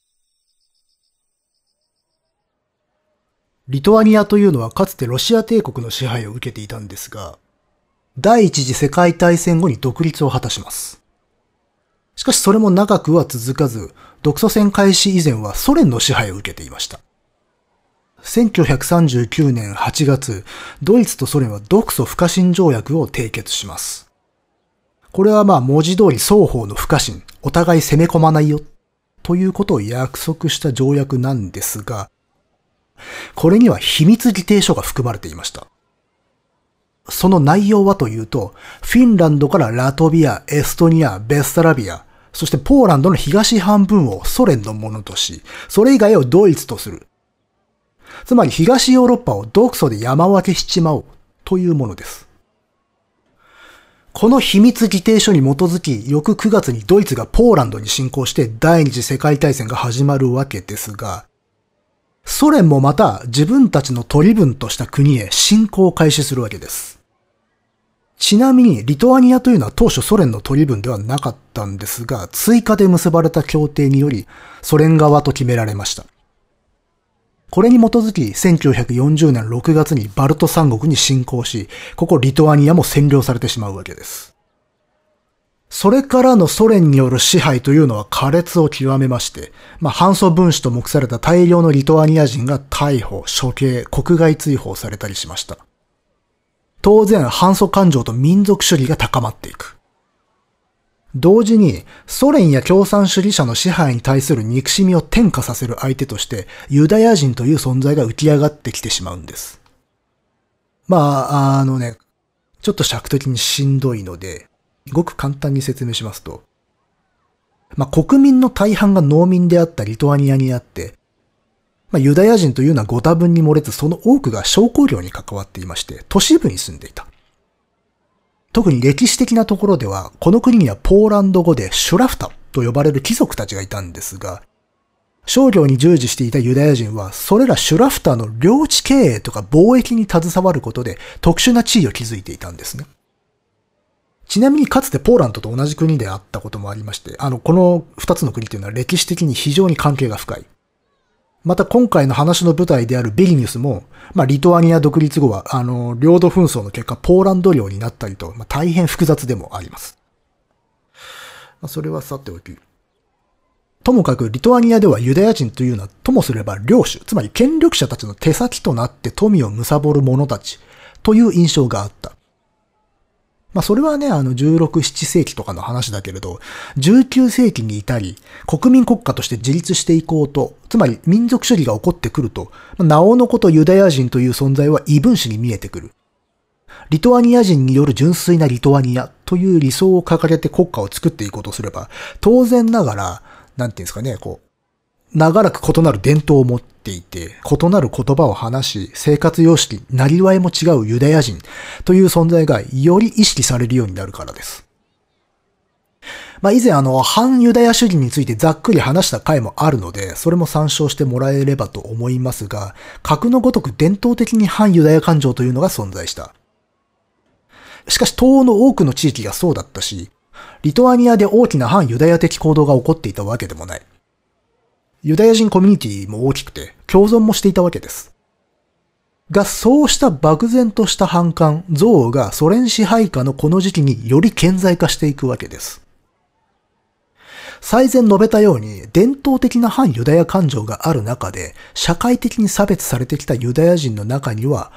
リトアニアというのはかつてロシア帝国の支配を受けていたんですが、第一次世界大戦後に独立を果たします。しかしそれも長くは続かず、独ソ戦開始以前はソ連の支配を受けていました。1939年8月、ドイツとソ連は独ソ不可侵条約を締結します。これはまあ文字通り双方の不可侵、お互い攻め込まないよ、ということを約束した条約なんですが、これには秘密議定書が含まれていました。その内容はというと、フィンランドからラトビア、エストニア、ベスタラビア、そしてポーランドの東半分をソ連のものとし、それ以外をドイツとする。つまり東ヨーロッパを独ソで山分けしちまおうというものです。この秘密議定書に基づき、翌9月にドイツがポーランドに侵攻して第二次世界大戦が始まるわけですが、ソ連もまた自分たちの取り分とした国へ侵攻を開始するわけです。ちなみにリトアニアというのは当初ソ連の取り分ではなかったんですが、追加で結ばれた協定によりソ連側と決められました。これに基づき1940年6月にバルト三国に侵攻し、ここリトアニアも占領されてしまうわけです。それからのソ連による支配というのは苛烈を極めまして、反祖分子と目された大量のリトアニア人が逮捕、処刑、国外追放されたりしました。当然、反祖感情と民族主義が高まっていく。同時に、ソ連や共産主義者の支配に対する憎しみを転嫁させる相手として、ユダヤ人という存在が浮き上がってきてしまうんです。ちょっと尺的にしんどいので、ごく簡単に説明しますと、国民の大半が農民であったリトアニアにあって、ユダヤ人というのはご多分に漏れずその多くが商工業に関わっていまして、都市部に住んでいた。特に歴史的なところでは、この国にはポーランド語でシュラフタと呼ばれる貴族たちがいたんですが、商業に従事していたユダヤ人は、それらシュラフタの領地経営とか貿易に携わることで特殊な地位を築いていたんですね。ちなみにかつてポーランドと同じ国であったこともありまして、この二つの国というのは歴史的に非常に関係が深い。また今回の話の舞台であるビリニュスも、リトアニア独立後は、領土紛争の結果、ポーランド領になったりと、大変複雑でもあります。それはさておき。ともかく、リトアニアではユダヤ人というのは、ともすれば領主、つまり権力者たちの手先となって富を貪る者たち、という印象があった。それはね、16、7世紀とかの話だけれど、19世紀に至り、国民国家として自立していこうと、つまり民族主義が起こってくると、なおのことユダヤ人という存在は異分子に見えてくる。リトアニア人による純粋なリトアニアという理想を掲げて国家を作っていこうとすれば、当然ながら、なんていうんですかね、長らく異なる伝統を持っていて、異なる言葉を話し、生活様式、なりわいも違うユダヤ人という存在がより意識されるようになるからです。以前反ユダヤ主義についてざっくり話した回もあるので、それも参照してもらえればと思いますが、格のごとく伝統的に反ユダヤ感情というのが存在した。しかし東欧の多くの地域がそうだったし、リトアニアで大きな反ユダヤ的行動が起こっていたわけでもない。ユダヤ人コミュニティも大きくて共存もしていたわけです。が、そうした漠然とした反感、憎悪がソ連支配下のこの時期により顕在化していくわけです。最前述べたように伝統的な反ユダヤ感情がある中で社会的に差別されてきたユダヤ人の中には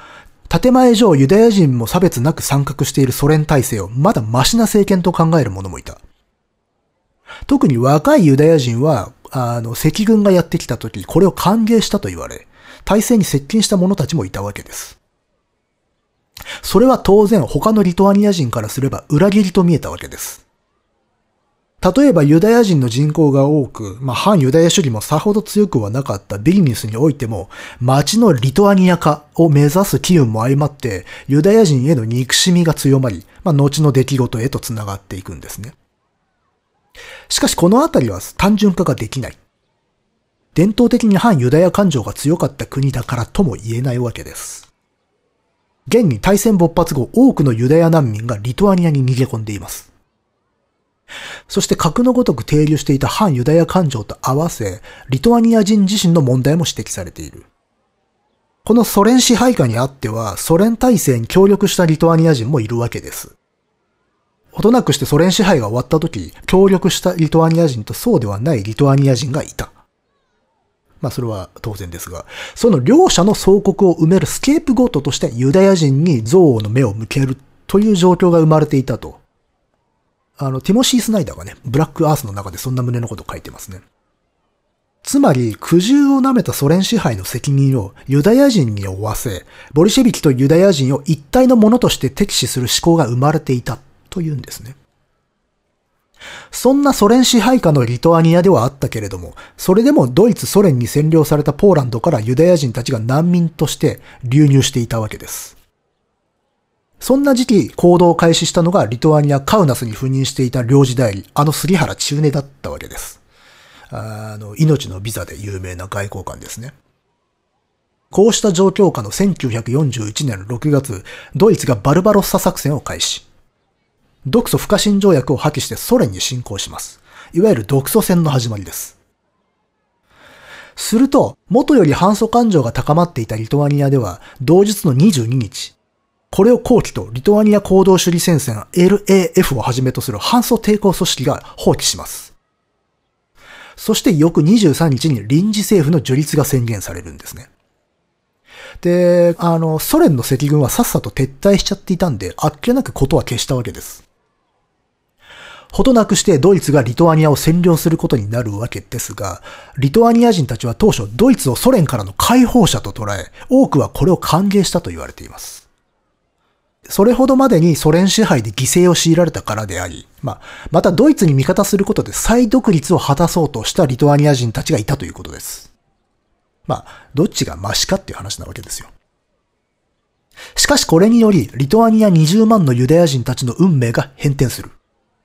建前上ユダヤ人も差別なく参画しているソ連体制をまだマシな政権と考える者もいた。特に若いユダヤ人は、赤軍がやってきた時、これを歓迎したと言われ、体制に接近した者たちもいたわけです。それは当然他のリトアニア人からすれば裏切りと見えたわけです。例えばユダヤ人の人口が多く、反ユダヤ主義もさほど強くはなかったビリニュスにおいても、町のリトアニア化を目指す機運も相まって、ユダヤ人への憎しみが強まり、後の出来事へと繋がっていくんですね。しかしこのあたりは単純化ができない。伝統的に反ユダヤ感情が強かった国だからとも言えないわけです。現に大戦勃発後、多くのユダヤ難民がリトアニアに逃げ込んでいます。そして核のごとく停留していた反ユダヤ感情と合わせ、リトアニア人自身の問題も指摘されている。このソ連支配下にあっては、ソ連体制に協力したリトアニア人もいるわけです。ほどなくしてソ連支配が終わった時、協力したリトアニア人とそうではないリトアニア人がいた。それは当然ですが、その両者の相国を埋めるスケープゴートとしてユダヤ人に憎悪の目を向けるという状況が生まれていたと。ティモシー・スナイダーがね、ブラックアースの中でそんな旨のことを書いてますね。つまり、苦渋を舐めたソ連支配の責任をユダヤ人に負わせ、ボリシェビキとユダヤ人を一体のものとして敵視する思考が生まれていたというんですね。そんなソ連支配下のリトアニアではあったけれども、それでもドイツ、ソ連に占領されたポーランドからユダヤ人たちが難民として流入していたわけです。そんな時期、行動を開始したのがリトアニア・カウナスに赴任していた領事代理、杉原千畝だったわけです。命のビザで有名な外交官ですね。こうした状況下の1941年6月、ドイツがバルバロッサ作戦を開始。独ソ不可侵条約を破棄してソ連に侵攻します。いわゆる独ソ戦の始まりです。すると、元より反ソ感情が高まっていたリトアニアでは、同日の22日、これを後期とリトアニア行動主義戦線 LAF をはじめとする反ソ抵抗組織が放棄します。そして翌23日に臨時政府の樹立が宣言されるんですね。で、ソ連の赤軍はさっさと撤退しちゃっていたんで、あっけなくことは消したわけです。ほどなくしてドイツがリトアニアを占領することになるわけですが、リトアニア人たちは当初ドイツをソ連からの解放者と捉え、多くはこれを歓迎したと言われています。それほどまでにソ連支配で犠牲を強いられたからであり、またドイツに味方することで再独立を果たそうとしたリトアニア人たちがいたということです。どっちがマシかっていう話なわけですよ。しかしこれにより、リトアニア20万のユダヤ人たちの運命が変転する。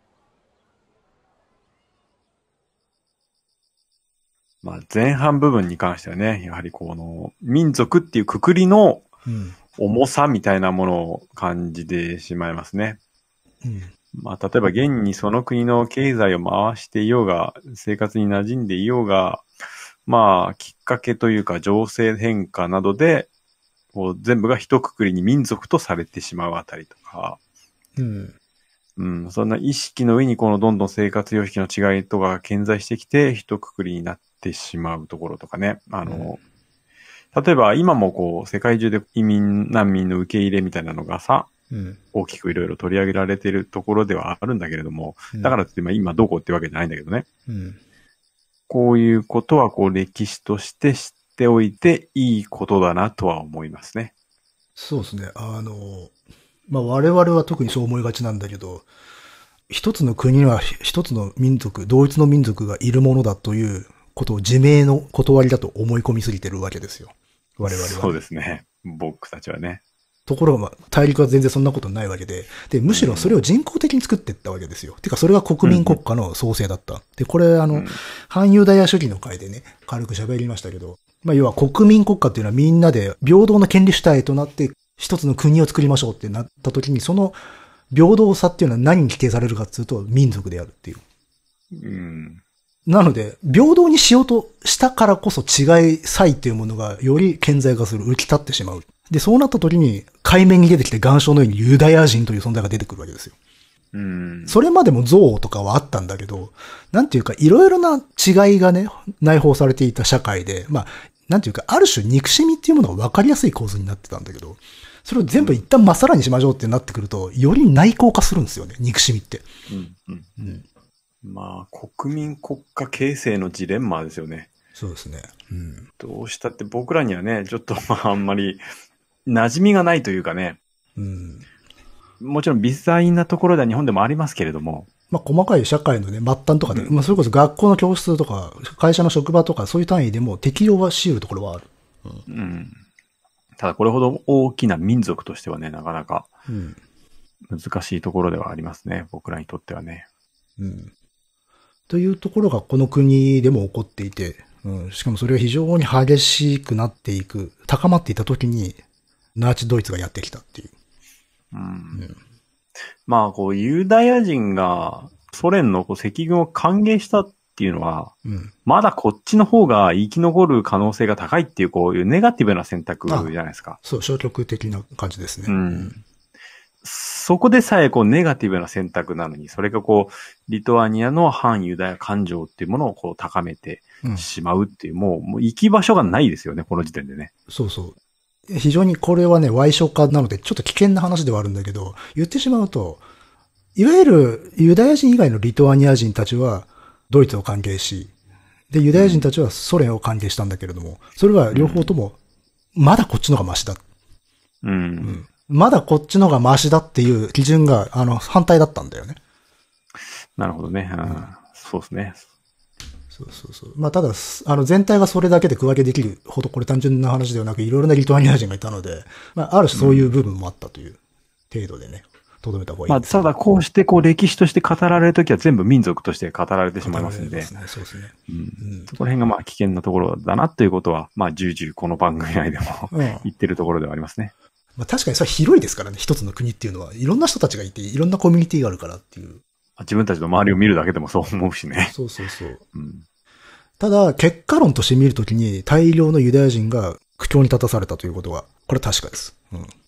前半部分に関してはね、やはりこの民族っていう括りの重さみたいなものを感じてしまいますね。例えば現にその国の経済を回していようが、生活に馴染んでいようが、きっかけというか情勢変化などで、全部が一括りに民族とされてしまうあたりとか、そんな意識の上にこのどんどん生活様式の違いとかが顕在してきて、一括りになってしまうところとかね。例えば今も世界中で移民難民の受け入れみたいなのが大きくいろいろ取り上げられているところではあるんだけれども、だからといって今どこってわけじゃないんだけどね。こういうことは歴史として知っておいていいことだなとは思いますね。 そうですね。我々は特にそう思いがちなんだけど、一つの国には一つの民族、同一の民族がいるものだということを自明の断りだと思い込みすぎてるわけですよ。我々は。 そうですね。僕たちはね。 ところが大陸は全然そんなことないわけで、むしろそれを人工的に作っていったわけですよ。てかそれが国民国家の創生だった。で、これ反ユダヤ主義の会でね、軽く喋りましたけど、要は国民国家っていうのはみんなで平等の権利主体となって一つの国を作りましょうってなった時に、その平等さっていうのは何に規定されるかっていうと民族であるっていう。なので、平等にしようとしたからこそ違い差異っていうものがより顕在化する、浮き立ってしまう。で、そうなった時に海面に出てきて岩礁のようにユダヤ人という存在が出てくるわけですよ。それまでも憎悪とかはあったんだけど、なんていうかいろいろな違いがね、内包されていた社会で、なんていうかある種憎しみっていうものが分かりやすい構図になってたんだけど、 それを全部一旦まっさらにしましょうってなってくると、より内向化するんですよね、憎しみって。 まあ、国民国家形成のジレンマですよね。 そうですね。 どうしたって僕らにはね、ちょっとあんまり馴染みがないというかね。もちろん微細なところでは日本でもありますけれども。 まあ、細かい社会のね、末端とかで、まあ、それこそ学校の教室とか、会社の職場とか、そういう単位でも適用はし得るところはある。 ただこれほど大きな民族としてはね、なかなか難しいところではありますね。僕らにとってはね。 というところがこの国でも起こっていて、しかもそれが非常に激しくなっていく、高まっていた時に、ナチドイツがやってきたっていう。 まあ、こう、ユダヤ人がソ連の赤軍を歓迎したっていうのは、まだこっちの方が生き残る可能性が高いっていう、こういうネガティブな選択じゃないですか。 そう、消極的な感じですね。 そこでさえこうネガティブな選択なのに、それがこう、リトアニアの反ユダヤ感情っていうものをこう高めてしまうっていう、もう行き場所がないですよね、この時点でね。 そうそう。非常にこれはね、歪償化なので、ちょっと危険な話ではあるんだけど、言ってしまうと、いわゆるユダヤ人以外のリトアニア人たちはドイツを歓迎し、で、ユダヤ人たちはソ連を歓迎したんだけれども、それは両方とも、まだこっちのがマシだ。まだこっちのがマシだっていう基準が、反対だったんだよね。 なるほどね。そうですね。 そう。まあ、ただ、全体がそれだけで区分けできるほど、これ単純な話ではなく、いろいろなリトアニア人がいたので、まあ、ある種そういう部分もあったという程度でね、とどめた方がいいです。 まあ、ただこうしてこう歴史として語られるときは全部民族として語られてしまいますので。 そうですね。 そこら辺がまあ危険なところだなということは、まあ重々この番組内でも言ってるところではありますね。 まあ、確かにそれは広いですからね、一つの国っていうのは。いろんな人たちがいて、いろんなコミュニティがあるからっていう。 自分たちの周りを見るだけでもそう思うしね。 そう。ただ、結果論として見るときに大量のユダヤ人が苦境に立たされたということは、これは確かです。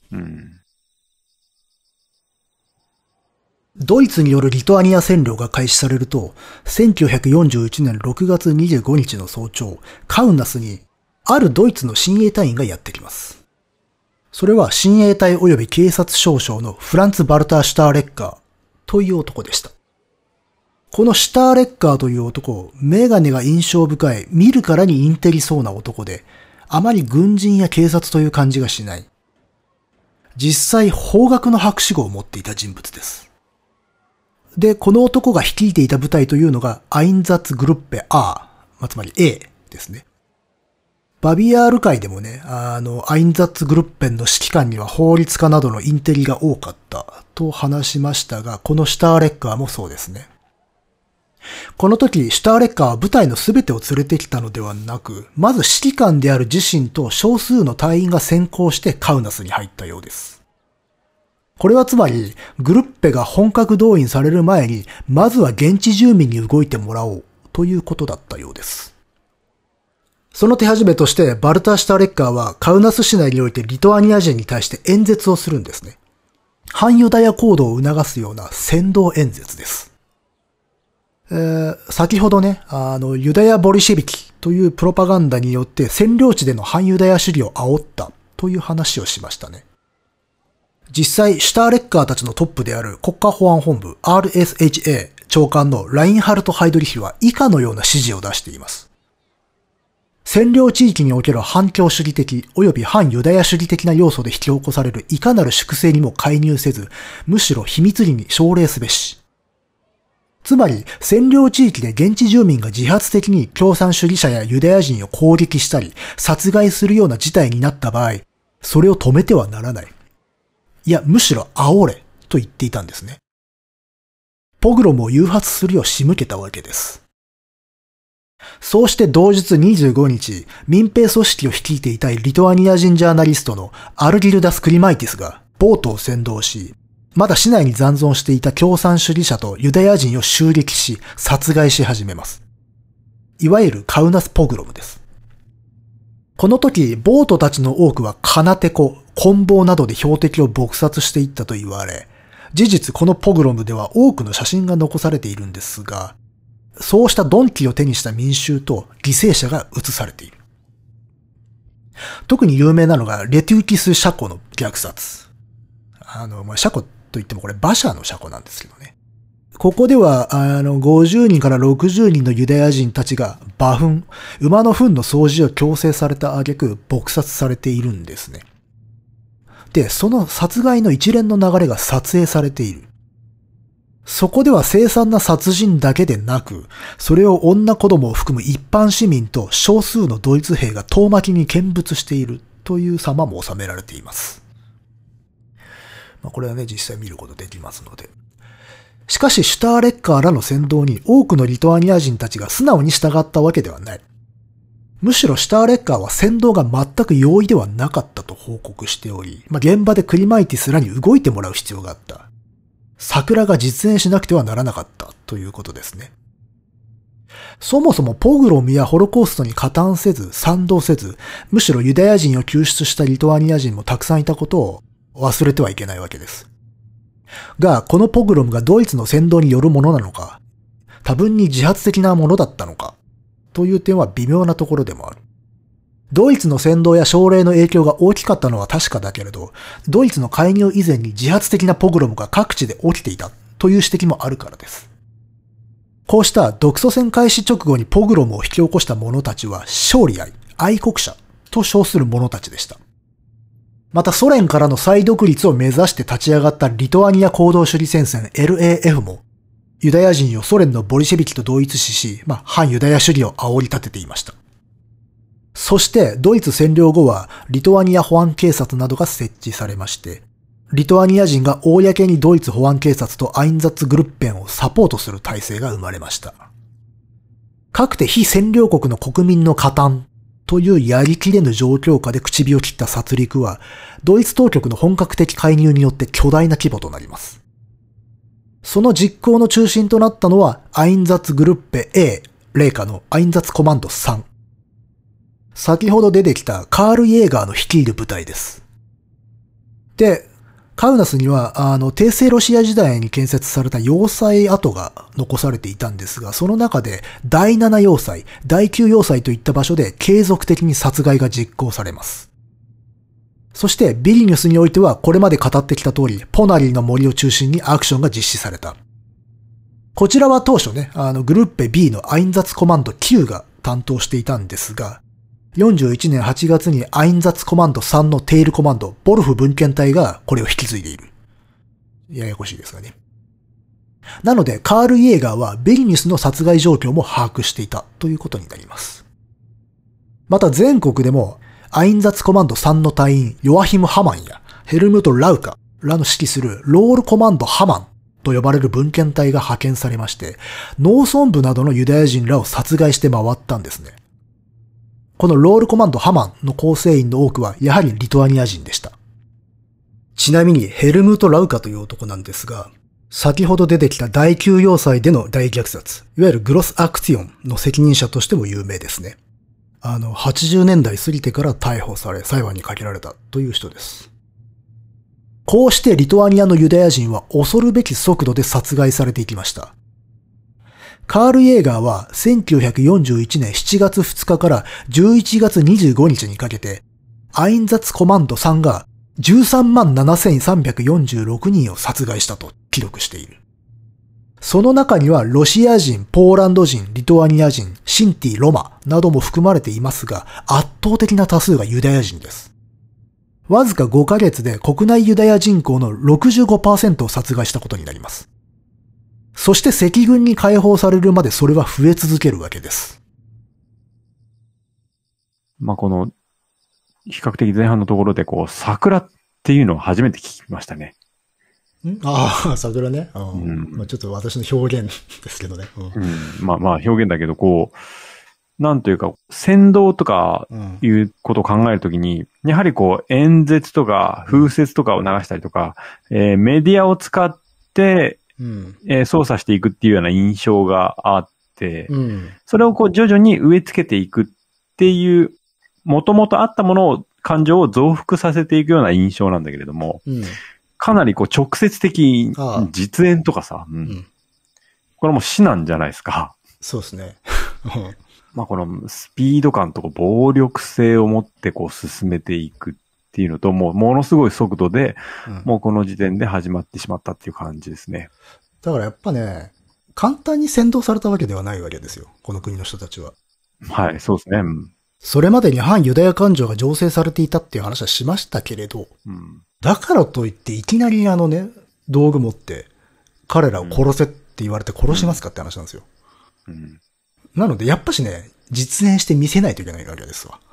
ドイツによるリトアニア占領が開始されると、1941年6月25日の早朝、カウナスに、あるドイツの親衛隊員がやってきます。それは親衛隊及び警察少将のフランツ・バルター・シュターレッカーという男でした。このシュターレッカーという男、メガネが印象深い、見るからにインテリそうな男で、あまり軍人や警察という感じがしない。実際、法学の博士号を持っていた人物です。で、この男が率いていた部隊というのが、アインザッツグルッペ R、つまり A ですね。バビアール界でもね、アインザッツグルッペンの指揮官には法律家などのインテリが多かったと話しましたが、このシュターレッカーもそうですね。この時、シュターレッカーは部隊の全てを連れてきたのではなく、まず指揮官である自身と少数の隊員が先行してカウナスに入ったようです。これはつまり、グルッペが本格動員される前に、まずは現地住民に動いてもらおうということだったようです。その手始めとして、バルター・シュターレッカーはカウナス市内においてリトアニア人に対して演説をするんですね。反ユダヤ行動を促すような扇動演説です。先ほどね、ユダヤボリシェビキというプロパガンダによって占領地での反ユダヤ主義を煽ったという話をしましたね。実際、シュターレッカーたちのトップである国家保安本部 RSHA 長官のラインハルト・ハイドリヒは以下のような指示を出しています。占領地域における反共主義的及び反ユダヤ主義的な要素で引き起こされるいかなる粛清にも介入せず、むしろ秘密裏に奨励すべし。つまり、占領地域で現地住民が自発的に共産主義者やユダヤ人を攻撃したり、殺害するような事態になった場合、それを止めてはならない。いや、むしろ煽れ、と言っていたんですね。ポグロムを誘発するよう仕向けたわけです。そうして同日25日、民兵組織を率いていたリトアニア人ジャーナリストのアルギルダス・クリマイティスがボートを先導し、まだ市内に残存していた共産主義者とユダヤ人を襲撃し、殺害し始めます。いわゆるカウナスポグロムです。この時、ボートたちの多くはカナテコ、棍棒などで標的を撲殺していったと言われ、事実このポグロムでは多くの写真が残されているんですが、そうした鈍器を手にした民衆と犠牲者が写されている。 特に有名なのがレテューキス車庫の虐殺。車庫といってもこれ馬車の車庫なんですけどね。ここでは、50人から60人のユダヤ人たちが馬糞、馬の糞の掃除を強制された挙句、撲殺されているんですね。で、その殺害の一連の流れが撮影されている。そこでは凄惨な殺人だけでなく、それを女子供を含む一般市民と少数のドイツ兵が遠巻きに見物しているという様も収められています。これはね、実際見ることできますので。しかし、シュターレッカーらの先導に多くのリトアニア人たちが素直に従ったわけではない。むしろシュターレッカーは先導が全く容易ではなかったと報告しており、現場でクリマイティスらに動いてもらう必要があった。桜が実現しなくてはならなかったということですね。そもそもポグロムやホロコーストに加担せず、賛同せず、むしろユダヤ人を救出したリトアニア人もたくさんいたことを忘れてはいけないわけです。が、このポグロムがドイツの扇動によるものなのか、多分に自発的なものだったのか、という点は微妙なところでもある。ドイツの扇動や奨励の影響が大きかったのは確かだけれど、ドイツの介入以前に自発的なポグロムが各地で起きていたという指摘もあるからです。こうした独ソ戦開始直後にポグロムを引き起こした者たちは勝利愛、愛国者と称する者たちでした。またソ連からの再独立を目指して立ち上がったリトアニア行動主義戦線 LAF も、ユダヤ人をソ連のボリシェビキと同一視し、反ユダヤ主義を煽り立てていました。そしてドイツ占領後はリトアニア保安警察などが設置されまして、リトアニア人が公にドイツ保安警察とアインザッツグルッペンをサポートする体制が生まれました。かくて非占領国の国民の加担というやりきれぬ状況下で口火を切った殺戮は、ドイツ当局の本格的介入によって巨大な規模となります。その実行の中心となったのは、アインザッツグルッペ A、レイカのアインザッツコマンド3。先ほど出てきたカール・イェーガーの率いる部隊です。で、カウナスには、帝政ロシア時代に建設された要塞跡が残されていたんですが、その中で第7要塞、第9要塞といった場所で継続的に殺害が実行されます。そしてビリニュスにおいてはこれまで語ってきた通り、ポナリーの森を中心にアクションが実施された。こちらは当初ね、グループ B のアインザッツコマンド9が担当していたんですが、41年8月にアインザッツコマンド3のテイルコマンド、ボルフ分遣隊がこれを引き継いでいる。ややこしいですがね。なので、カール・イェーガーはベリニュスの殺害状況も把握していたということになります。また全国でも、アインザッツコマンド3の隊員、ヨアヒム・ハマンやヘルムト・ラウカらの指揮するロールコマンド・ハマンと呼ばれる分遣隊が派遣されまして、農村部などのユダヤ人らを殺害して回ったんですね。このロールコマンドハマンの構成員の多くはやはりリトアニア人でした。ちなみにヘルムート・ラウカという男なんですが、先ほど出てきた第9要塞での大虐殺、いわゆるグロスアクティオンの責任者としても有名ですね。80年代過ぎてから逮捕され裁判にかけられたという人です。こうしてリトアニアのユダヤ人は恐るべき速度で殺害されていきました。カール・イェーガーは1941年7月2日から11月25日にかけて、アインザッツコマンド3が137,346人を殺害したと記録している。その中にはロシア人、ポーランド人、リトアニア人、シンティ、ロマなども含まれていますが、圧倒的な多数がユダヤ人です。わずか5ヶ月で国内ユダヤ人口の 65% を殺害したことになります。そして赤軍に解放されるまでそれは増え続けるわけです。 この、比較的前半のところで桜っていうのを初めて聞きましたね。 桜ね。ちょっと私の表現ですけどね。 表現だけど、なんというか、扇動とかいうことを考えるときに、やはり演説とか風説とかを流したりとか、メディアを使って、操作していくっていうような印象があって、それを徐々に植え付けていくっていう、もともとあったものを、感情を増幅させていくような印象なんだけれども、かなり直接的実演とかさ、これも詩なんじゃないですか。 そうですね。 まあこのスピード感とか暴力性を持ってこう進めていくっていうのと、もうものすごい速度で、もうこの時点で始まってしまったっていう感じですね。 だからやっぱね、簡単に扇動されたわけではないわけですよ。この国の人たちは。 はい、そうですね。うん。 それまでに反ユダヤ感情が醸成されていたっていう話はしましたけれど、 うん、 だからといっていきなり道具持って彼らを殺せって言われて殺しますかって話なんですよ。 うん。 なのでやっぱしね、実演して見せないといけないわけですわ。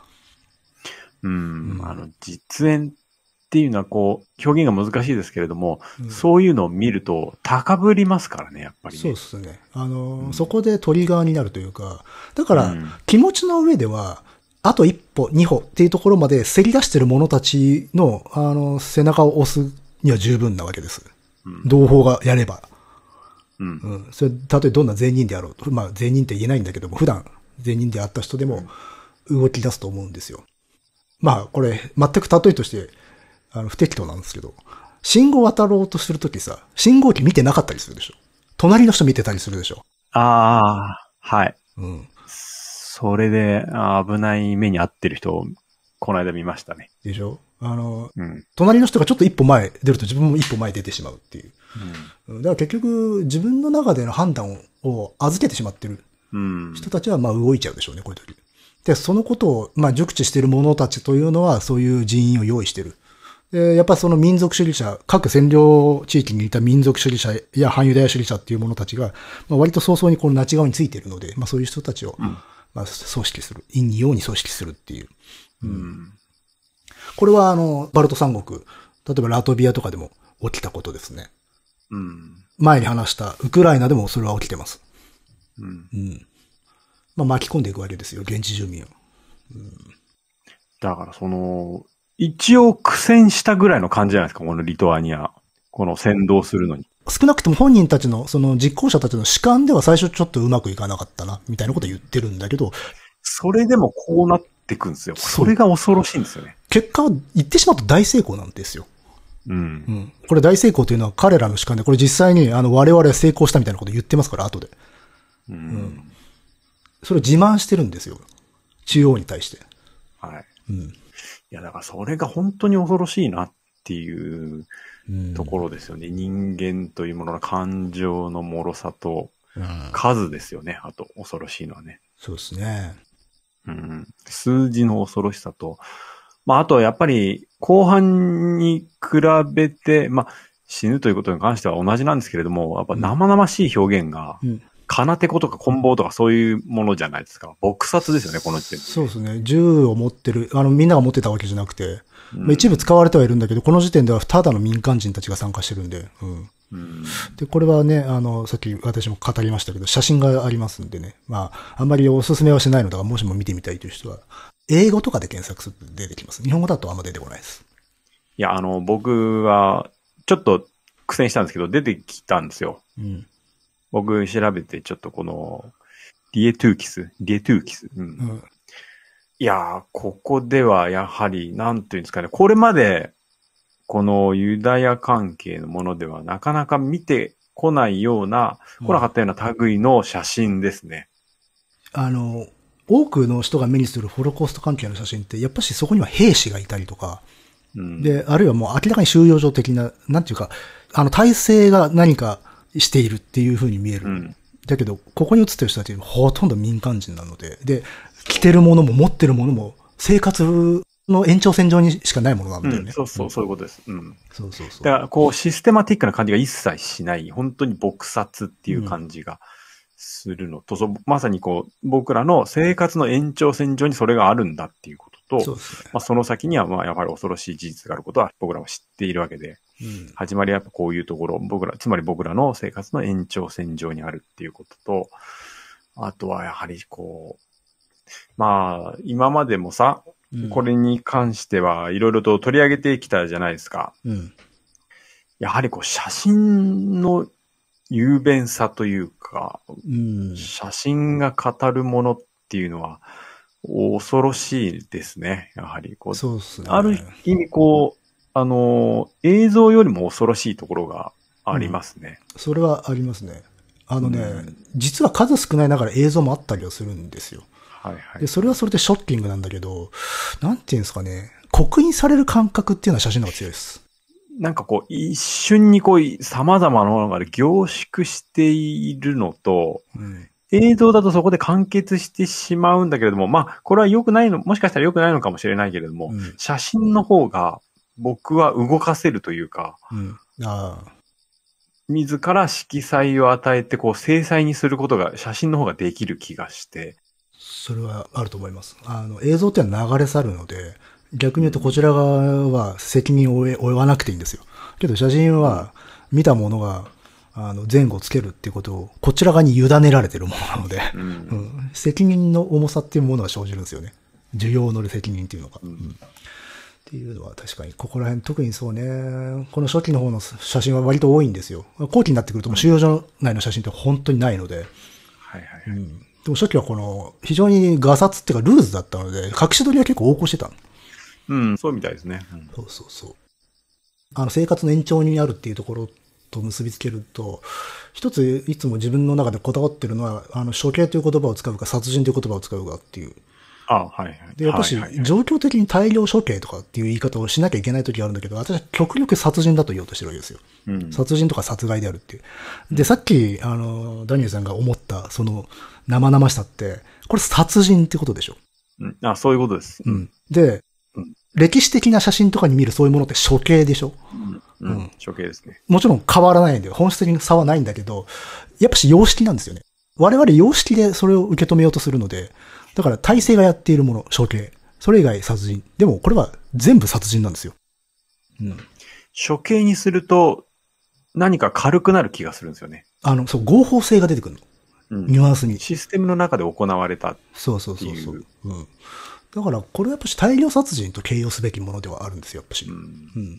実演っていうのはこう、表現が難しいですけれども、そういうのを見ると高ぶりますからね、やっぱりね。 そうですね。そこでトリガーになるというか、だから、気持ちの上では、あと一歩、二歩っていうところまでせり出してる者たちの、背中を押すには十分なわけです。同胞がやれば。それ、たとえどんな善人であろうと。まあ、善人って言えないんだけども、普段善人であった人でも動き出すと思うんですよ。まあ、これ、全く例えとして、不適当なんですけど、信号渡ろうとするときさ、信号機見てなかったりするでしょ。隣の人見てたりするでしょ。 ああ、はい。 うん。 それで、危ない目に遭ってる人を、この間見ましたね。 でしょ。隣の人がちょっと一歩前出ると自分も一歩前出てしまうっていう。だから結局、自分の中での判断を預けてしまってる人たちは、まあ動いちゃうでしょうね、こういう時。で、そのことを、まあ熟知している者たちというのは、そういう人員を用意してる。で、やっぱその民族主義者、各占領地域にいた民族主義者や反ユダヤ主義者っていう者たちが、まあ、割と早々にこのナチ側についているので、まあそういう人たちを、まあ組織する。陰にように組織するっていう。これはバルト三国、例えばラトビアとかでも起きたことですね。前に話したウクライナでもそれは起きてます。まあ巻き込んでいくわけですよ、現地住民を。 だから一応苦戦したぐらいの感じじゃないですか、このリトアニア。この先導するのに。 少なくとも本人たちの、その実行者たちの主観では最初ちょっとうまくいかなかったな、みたいなこと言ってるんだけど。 それでもこうなってくんですよ。それが恐ろしいんですよね。 結果は言ってしまうと大成功なんですよ。これ大成功というのは彼らの主観で、これ実際に我々は成功したみたいなこと言ってますから、後で。それを自慢してるんですよ。中央に対して。 はい。いや、だからそれが本当に恐ろしいなっていうところですよね。人間というものの感情の脆さと数ですよね。あと恐ろしいのはね。 そうですね。 数字の恐ろしさと、まああとやっぱり後半に比べて、まあ死ぬということに関しては同じなんですけれども、やっぱ生々しい表現が、カナテコとかコンボとかそういうものじゃないですか。撲殺ですよね、この時点で。 そうですね。銃を持ってる、みんなが持ってたわけじゃなくて、一部使われてはいるんだけど、この時点ではただの民間人たちが参加してるんで、で、これはね、さっき私も語りましたけど、写真がありますんでね。まあ、あんまりおすすめはしないのだが、もしも見てみたいという人は、英語とかで検索すると出てきます。日本語だとあんま出てこないです。 いや、僕は、ちょっと苦戦したんですけど、出てきたんですよ。僕調べてちょっとこのリエトゥーキス。いやー、ここではやはり、なんていうんですかね、これまで、このユダヤ関係のものではなかなか見てこないような、来なかったような類の写真ですね。 多くの人が目にするホロコースト関係の写真って、やっぱしそこには兵士がいたりとか、で、あるいはもう明らかに収容所的な、なんていうか、体制が何か、しているっていう風に見える。だけど、ここに写ってる人たちはほとんど民間人なので、で、着てるものも持ってるものも生活の延長線上にしかないものなんだよね。 そういうことです。 そうそう。 だから、システマティックな感じが一切しない、本当に撲殺っていう感じがするのと、まさに僕らの生活の延長線上にそれがあるんだっていうことと、まあその先にはまあやはり恐ろしい事実があることは僕らは知っているわけで、始まりはやっぱこういうところ、つまり僕らの生活の延長線上にあるっていうことと、あとはやはりまあ、今までもさ、これに関してはいろいろと取り上げてきたじゃないですか。やはり写真の雄弁さというか、写真が語るものっていうのは恐ろしいですね。やはりそうですね。 ある意味映像よりも恐ろしいところがありますね。 それはありますね。実は数少ないながら映像もあったりはするんですよ。 はいはい。 で、それはそれでショッキングなんだけど、なんていうんですかね、刻印される感覚っていうのは写真の方が強いです。 なんかこう、一瞬にこう、様々なものが凝縮しているのと、 うん、 映像だとそこで完結してしまうんだけれども、まあ、これは良くないの、もしかしたら良くないのかもしれないけれども、 うん、 写真の方が僕は動かせるというか、 うん、ああ。 自ら色彩を与えて、こう、精細にすることが写真の方ができる気がして、 それはあると思います。映像ってのは流れ去るので、逆に言うとこちら側は責任を負わなくていいんですよ。けど写真は見たものが、前後つけるっていうことをこちら側に委ねられてるものなので、 うんうん、責任の重さっていうものが生じるんですよね。需要の責任っていうのが。うん、っていうのは確かに、ここら辺特にそうね、この初期の方の写真は割と多いんですよ。後期になってくるともう収容所内の写真って本当にないので、 はいはいはい。 うん、でも初期はこの非常にガサツっていうかルーズだったので、隠し撮りは結構横行してたの。 うん、そうみたいですね。うん、 そうそうそう。生活の延長にあるっていうところと結びつけると、一ついつも自分の中でこだわってるのは、処刑という言葉を使うか、殺人という言葉を使うかっていう。 あ、はいはい。 で、やっぱし、状況的に大量処刑とかっていう言い方をしなきゃいけない時があるんだけど、私は極力殺人だと言おうとしてるわけですよ。 うん、 殺人とか殺害であるっていう。で、さっき、ダニエルさんが思った、その、生々しさって、これ殺人ってことでしょ。 うん、あ、そういうことです。 うん。で、歴史的な写真とかに見るそういうものって処刑でしょ。 うん。うん。処刑ですね。 もちろん変わらないんだよ。本質的に差はないんだけど、やっぱし様式なんですよね。我々様式でそれを受け止めようとするので、だから体制がやっているもの、処刑。それ以外殺人。でもこれは全部殺人なんですよ。うん。 処刑にすると何か軽くなる気がするんですよね。 そう、合法性が出てくるの。うん。ニュアンスに。 システムの中で行われた。 そうそうそうそう。うん。だから、これはやっぱし大量殺人と形容すべきものではあるんですよ、やっぱし。うん。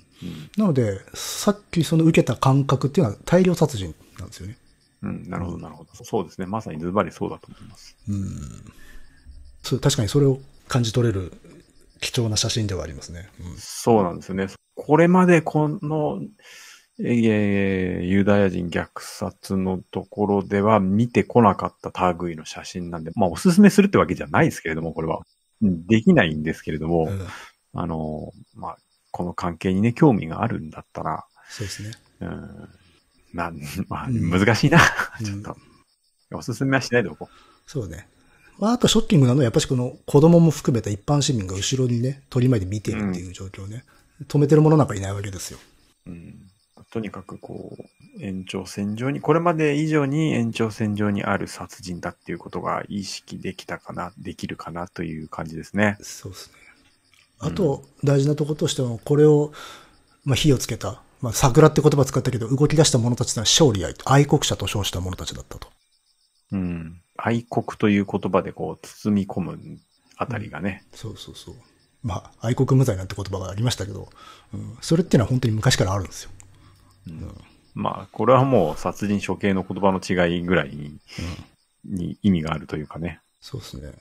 なので、さっきその受けた感覚っていうのは大量殺人なんですよね。 うん、なるほど、なるほど。そうですね。まさにズバリそうだと思います。 そう、確かにそれを感じ取れる貴重な写真ではありますね。うん、 そうなんですよね。これまでこの、ユダヤ人虐殺のところでは見てこなかった類の写真なんで、まあおすすめするってわけじゃないですけれども、これは。できないんですけれども、まあ、この関係にね、興味があるんだったら、 そうですね。 まあ、難しいな。ちょっと。おすすめはしないでおこう。 そうね。まあ、あとショッキングなのは、やっぱしこの子供も含めた一般市民が後ろにね、取り巻いて見てるっていう状況ね。止めてるものなんかいないわけですよ。 とにかくこう、延長線上に、これまで以上に延長線上にある殺人だっていうことが意識できるかなという感じですね。 そうですね。あと、大事なところとしては、これを、まあ、火をつけた。まあ、桜って言葉使ったけど、動き出した者たちは勝利愛国者と称した者たちだったと。 愛国という言葉でこう、包み込むあたりがね。 そうそうそう。まあ、愛国無罪なんて言葉がありましたけど、それっていうのは本当に昔からあるんですよ。 まあ、これはもう殺人処刑の言葉の違いぐらいに意味があるというかね。 そうですね。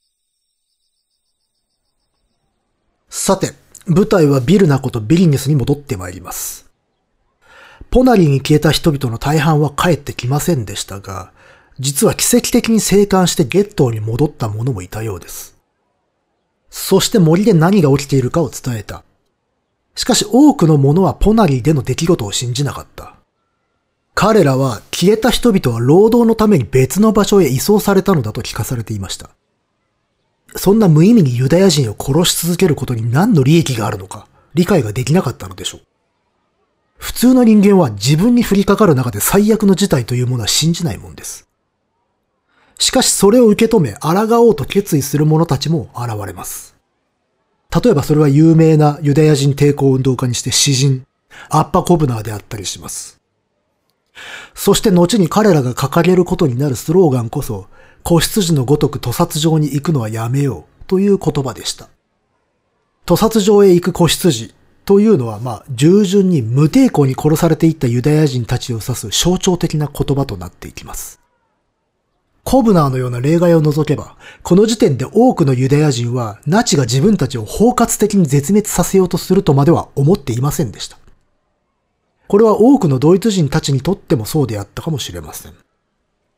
さて、舞台はビルナことビリニュスに戻ってまいります。ポナリに消えた人々の大半は帰ってきませんでしたが、実は奇跡的に生還してゲットーに戻った者もいたようです。そして森で何が起きているかを伝えた。しかし多くの者はポナリでの出来事を信じなかった。彼らは消えた人々は労働のために別の場所へ移送されたのだと聞かされていました。そんな無意味にユダヤ人を殺し続けることに何の利益があるのか理解ができなかったのでしょう。普通の人間は自分に降りかかる中で最悪の事態というものは信じないもんです。しかしそれを受け止め抗おうと決意する者たちも現れます。例えばそれは有名なユダヤ人抵抗運動家にして詩人、アッパ・コブナーであったりします。そして後に彼らが掲げることになるスローガンこそ、子羊のごとく屠殺場に行くのはやめようという言葉でした。屠殺場へ行く子羊というのは従順に無抵抗に殺されていったユダヤ人たちを指す象徴的な言葉となっていきます。コブナーのような例外を除けば、この時点で多くのユダヤ人はナチが自分たちを包括的に絶滅させようとするとまでは思っていませんでした。これは多くのドイツ人たちにとってもそうであったかもしれません。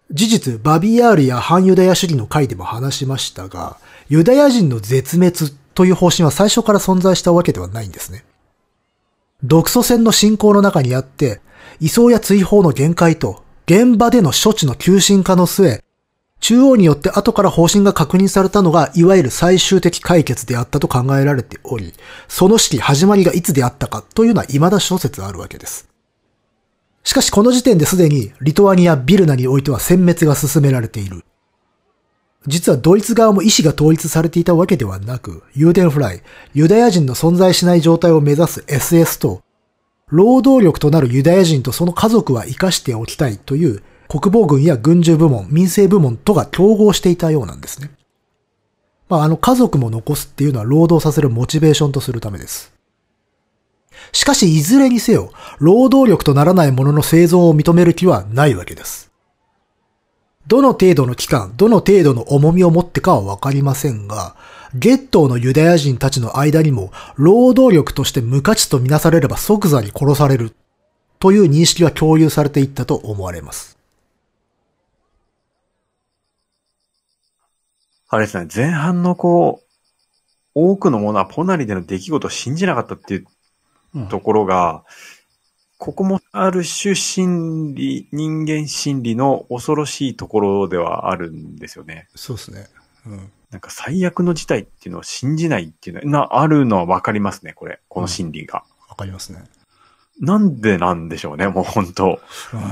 事実、バビアールや反ユダヤ主義の回でも話しましたが、ユダヤ人の絶滅という方針は最初から存在したわけではないんですね。独ソ戦の進行の中にあって、移送や追放の限界と、現場での処置の急進化の末、中央によって後から方針が確認されたのが、いわゆる最終的解決であったと考えられており、その式始まりがいつであったかというのは未だ諸説あるわけです。しかしこの時点ですでにリトアニア・ビルナにおいては殲滅が進められている。実はドイツ側も意思が統一されていたわけではなく、ユーデンフライ、ユダヤ人の存在しない状態を目指す SS と、労働力となるユダヤ人とその家族は生かしておきたいという国防軍や軍需部門、民生部門とが競合していたようなんですね。家族も残すっていうのは労働させるモチベーションとするためです。しかしいずれにせよ、労働力とならないものの生存を認める気はないわけです。どの程度の期間、どの程度の重みを持ってかはわかりませんが、ゲットーのユダヤ人たちの間にも、労働力として無価値とみなされれば即座に殺されるという認識は共有されていったと思われます。 あれですね、前半の多くのものはポナリでの出来事を信じなかったっていうところが、ここもある種人間心理の恐ろしいところではあるんですよね。 そうですね。 なんか最悪の事態っていうのを信じないっていうのは、あるのはわかりますね、この心理が。 わかりますね。 なんでなんでしょうね、もう本当。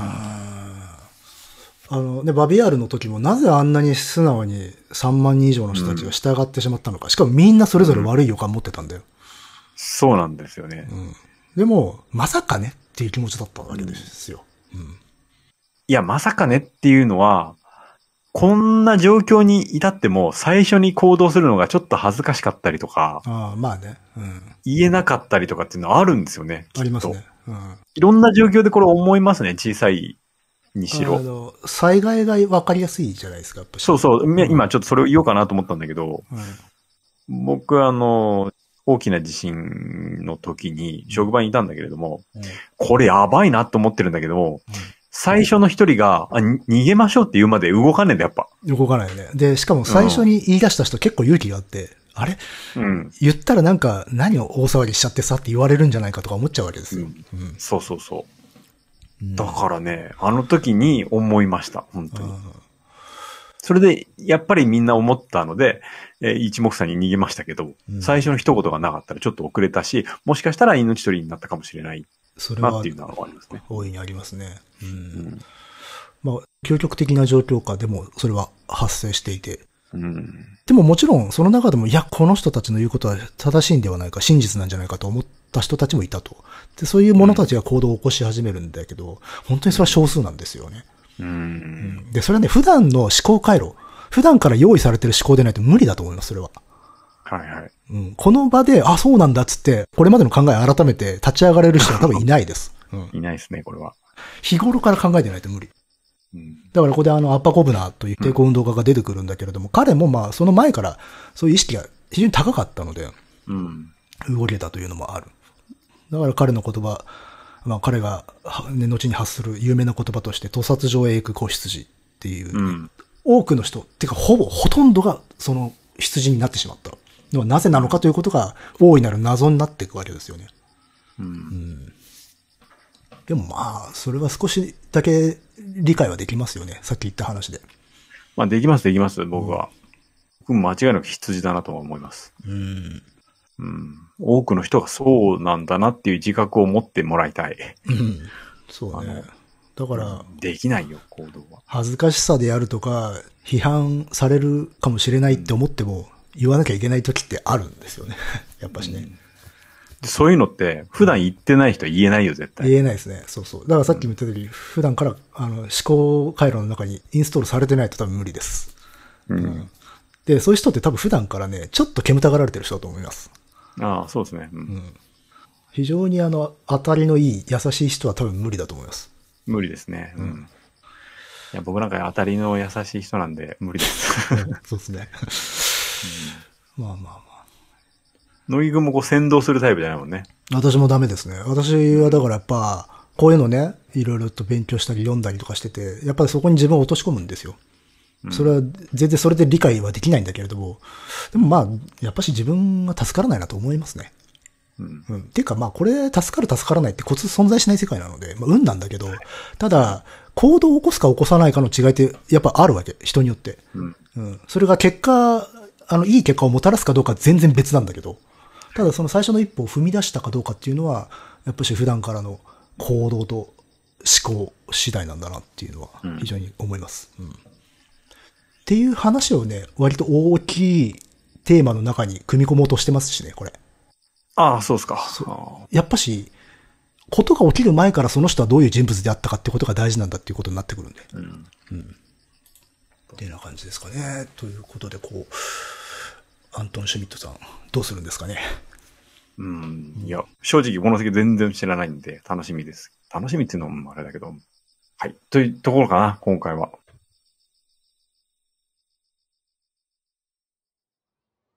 バビアールの時もなぜあんなに素直に3万人以上の人たちが従ってしまったのか。しかもみんなそれぞれ悪い予感持ってたんだよ。 そうなんですよね。 でも、まさかねっていう気持ちだったわけですよ。 いや、まさかねっていうのは、こんな状況に至っても最初に行動するのがちょっと恥ずかしかったりとか、 まあね。 言えなかったりとかっていうのはあるんですよね。 ありますね。 いろんな状況でこれ思いますね、小さいにしろ。 災害が分かりやすいじゃないですか、やっぱ。 そうそう、今ちょっとそれを言おうかなと思ったんだけど、僕大きな地震の時に職場にいたんだけれども、これやばいなと思ってるんだけども、最初の一人が、逃げましょうって言うまで動かねえんだ、やっぱ。 動かないよね。で、しかも最初に言い出した人結構勇気があって、あれ言ったらなんか何を大騒ぎしちゃってさって言われるんじゃないかとか思っちゃうわけですよ。 そうそうそう。だからね、あの時に思いました、本当に。それで、やっぱりみんな思ったので、一目散に逃げましたけど、最初の一言がなかったらちょっと遅れたし、もしかしたら命取りになったかもしれないなっていうのはありますね。 大いにありますね。究極的な状況下でもそれは発生していて。でももちろんその中でも、いや、この人たちの言うことは正しいんではないか、真実なんじゃないかと思った人たちもいたと。で、そういう者たちが行動を起こし始めるんだけど、本当にそれは少数なんですよね。で、それはね、普段の思考回路、普段から用意されてる思考でないと無理だと思います、それは。この場で、そうなんだっつって、これまでの考え改めて立ち上がれる人は多分いないです。 いないですね、これは。 日頃から考えてないと無理。だからここでアッパコブナーという抵抗運動家が出てくるんだけれども、彼もその前からそういう意識が非常に高かったので、動けたというのもある。だから彼の言葉、彼が、後に発する有名な言葉として、屠殺場へ行く子羊っていう、多くの人、てかほとんどがその羊になってしまった。ではなぜなのかということが大いなる謎になっていくわけですよね。でもそれは少しだけ理解はできますよね。さっき言った話で。 できます、僕は。僕も間違いなく羊だなとは思います。多くの人がそうなんだなっていう自覚を持ってもらいたい。 そうね。だから、 できないよ、行動は。 恥ずかしさであるとか、批判されるかもしれないって思っても、言わなきゃいけない時ってあるんですよね。やっぱしね。 そういうのって、普段言ってない人は言えないよ、絶対。 言えないですね。そうそう。だからさっきも言った通り、普段から思考回路の中にインストールされてないと多分無理です。で、そういう人って多分普段からね、ちょっと煙たがられてる人だと思います。 そうですね。 非常に当たりのいい、優しい人は多分無理だと思います。 無理ですね。いや、僕なんか当たりの優しい人なんで無理です。 そうですね。 乃木くんも先導するタイプじゃないもんね。 私もダメですね。私はだからやっぱ、 こういうのね、いろいろと勉強したり読んだりとかしてて、やっぱりそこに自分を落とし込むんですよ。それは全然それで理解はできないんだけれども、でもまあ、やっぱし自分が助からないなと思いますね。っていうかまあこれ助かる助からないってコツ存在しない世界なので、まあ運なんだけど、ただ、行動を起こすか起こさないかの違いってやっぱあるわけ、人によって。それが結果、いい結果をもたらすかどうか全然別なんだけど、ただその最初の一歩を踏み出したかどうかっていうのは、やっぱし普段からの行動と思考次第なんだなっていうのは非常に思います。っていう話をね、割と大きいテーマの中に組み込もうとしてますしね、これ。 ああ、そうですか。 やっぱし、ことが起きる前からその人はどういう人物であったかってことが大事なんだっていうことになってくるんで。っていうような感じですかね。ということで、アントン・シュミットさん、どうするんですかね。 いや、正直、この先全然知らないんで、楽しみです。楽しみっていうのもあれだけど。はい。というところかな、今回は。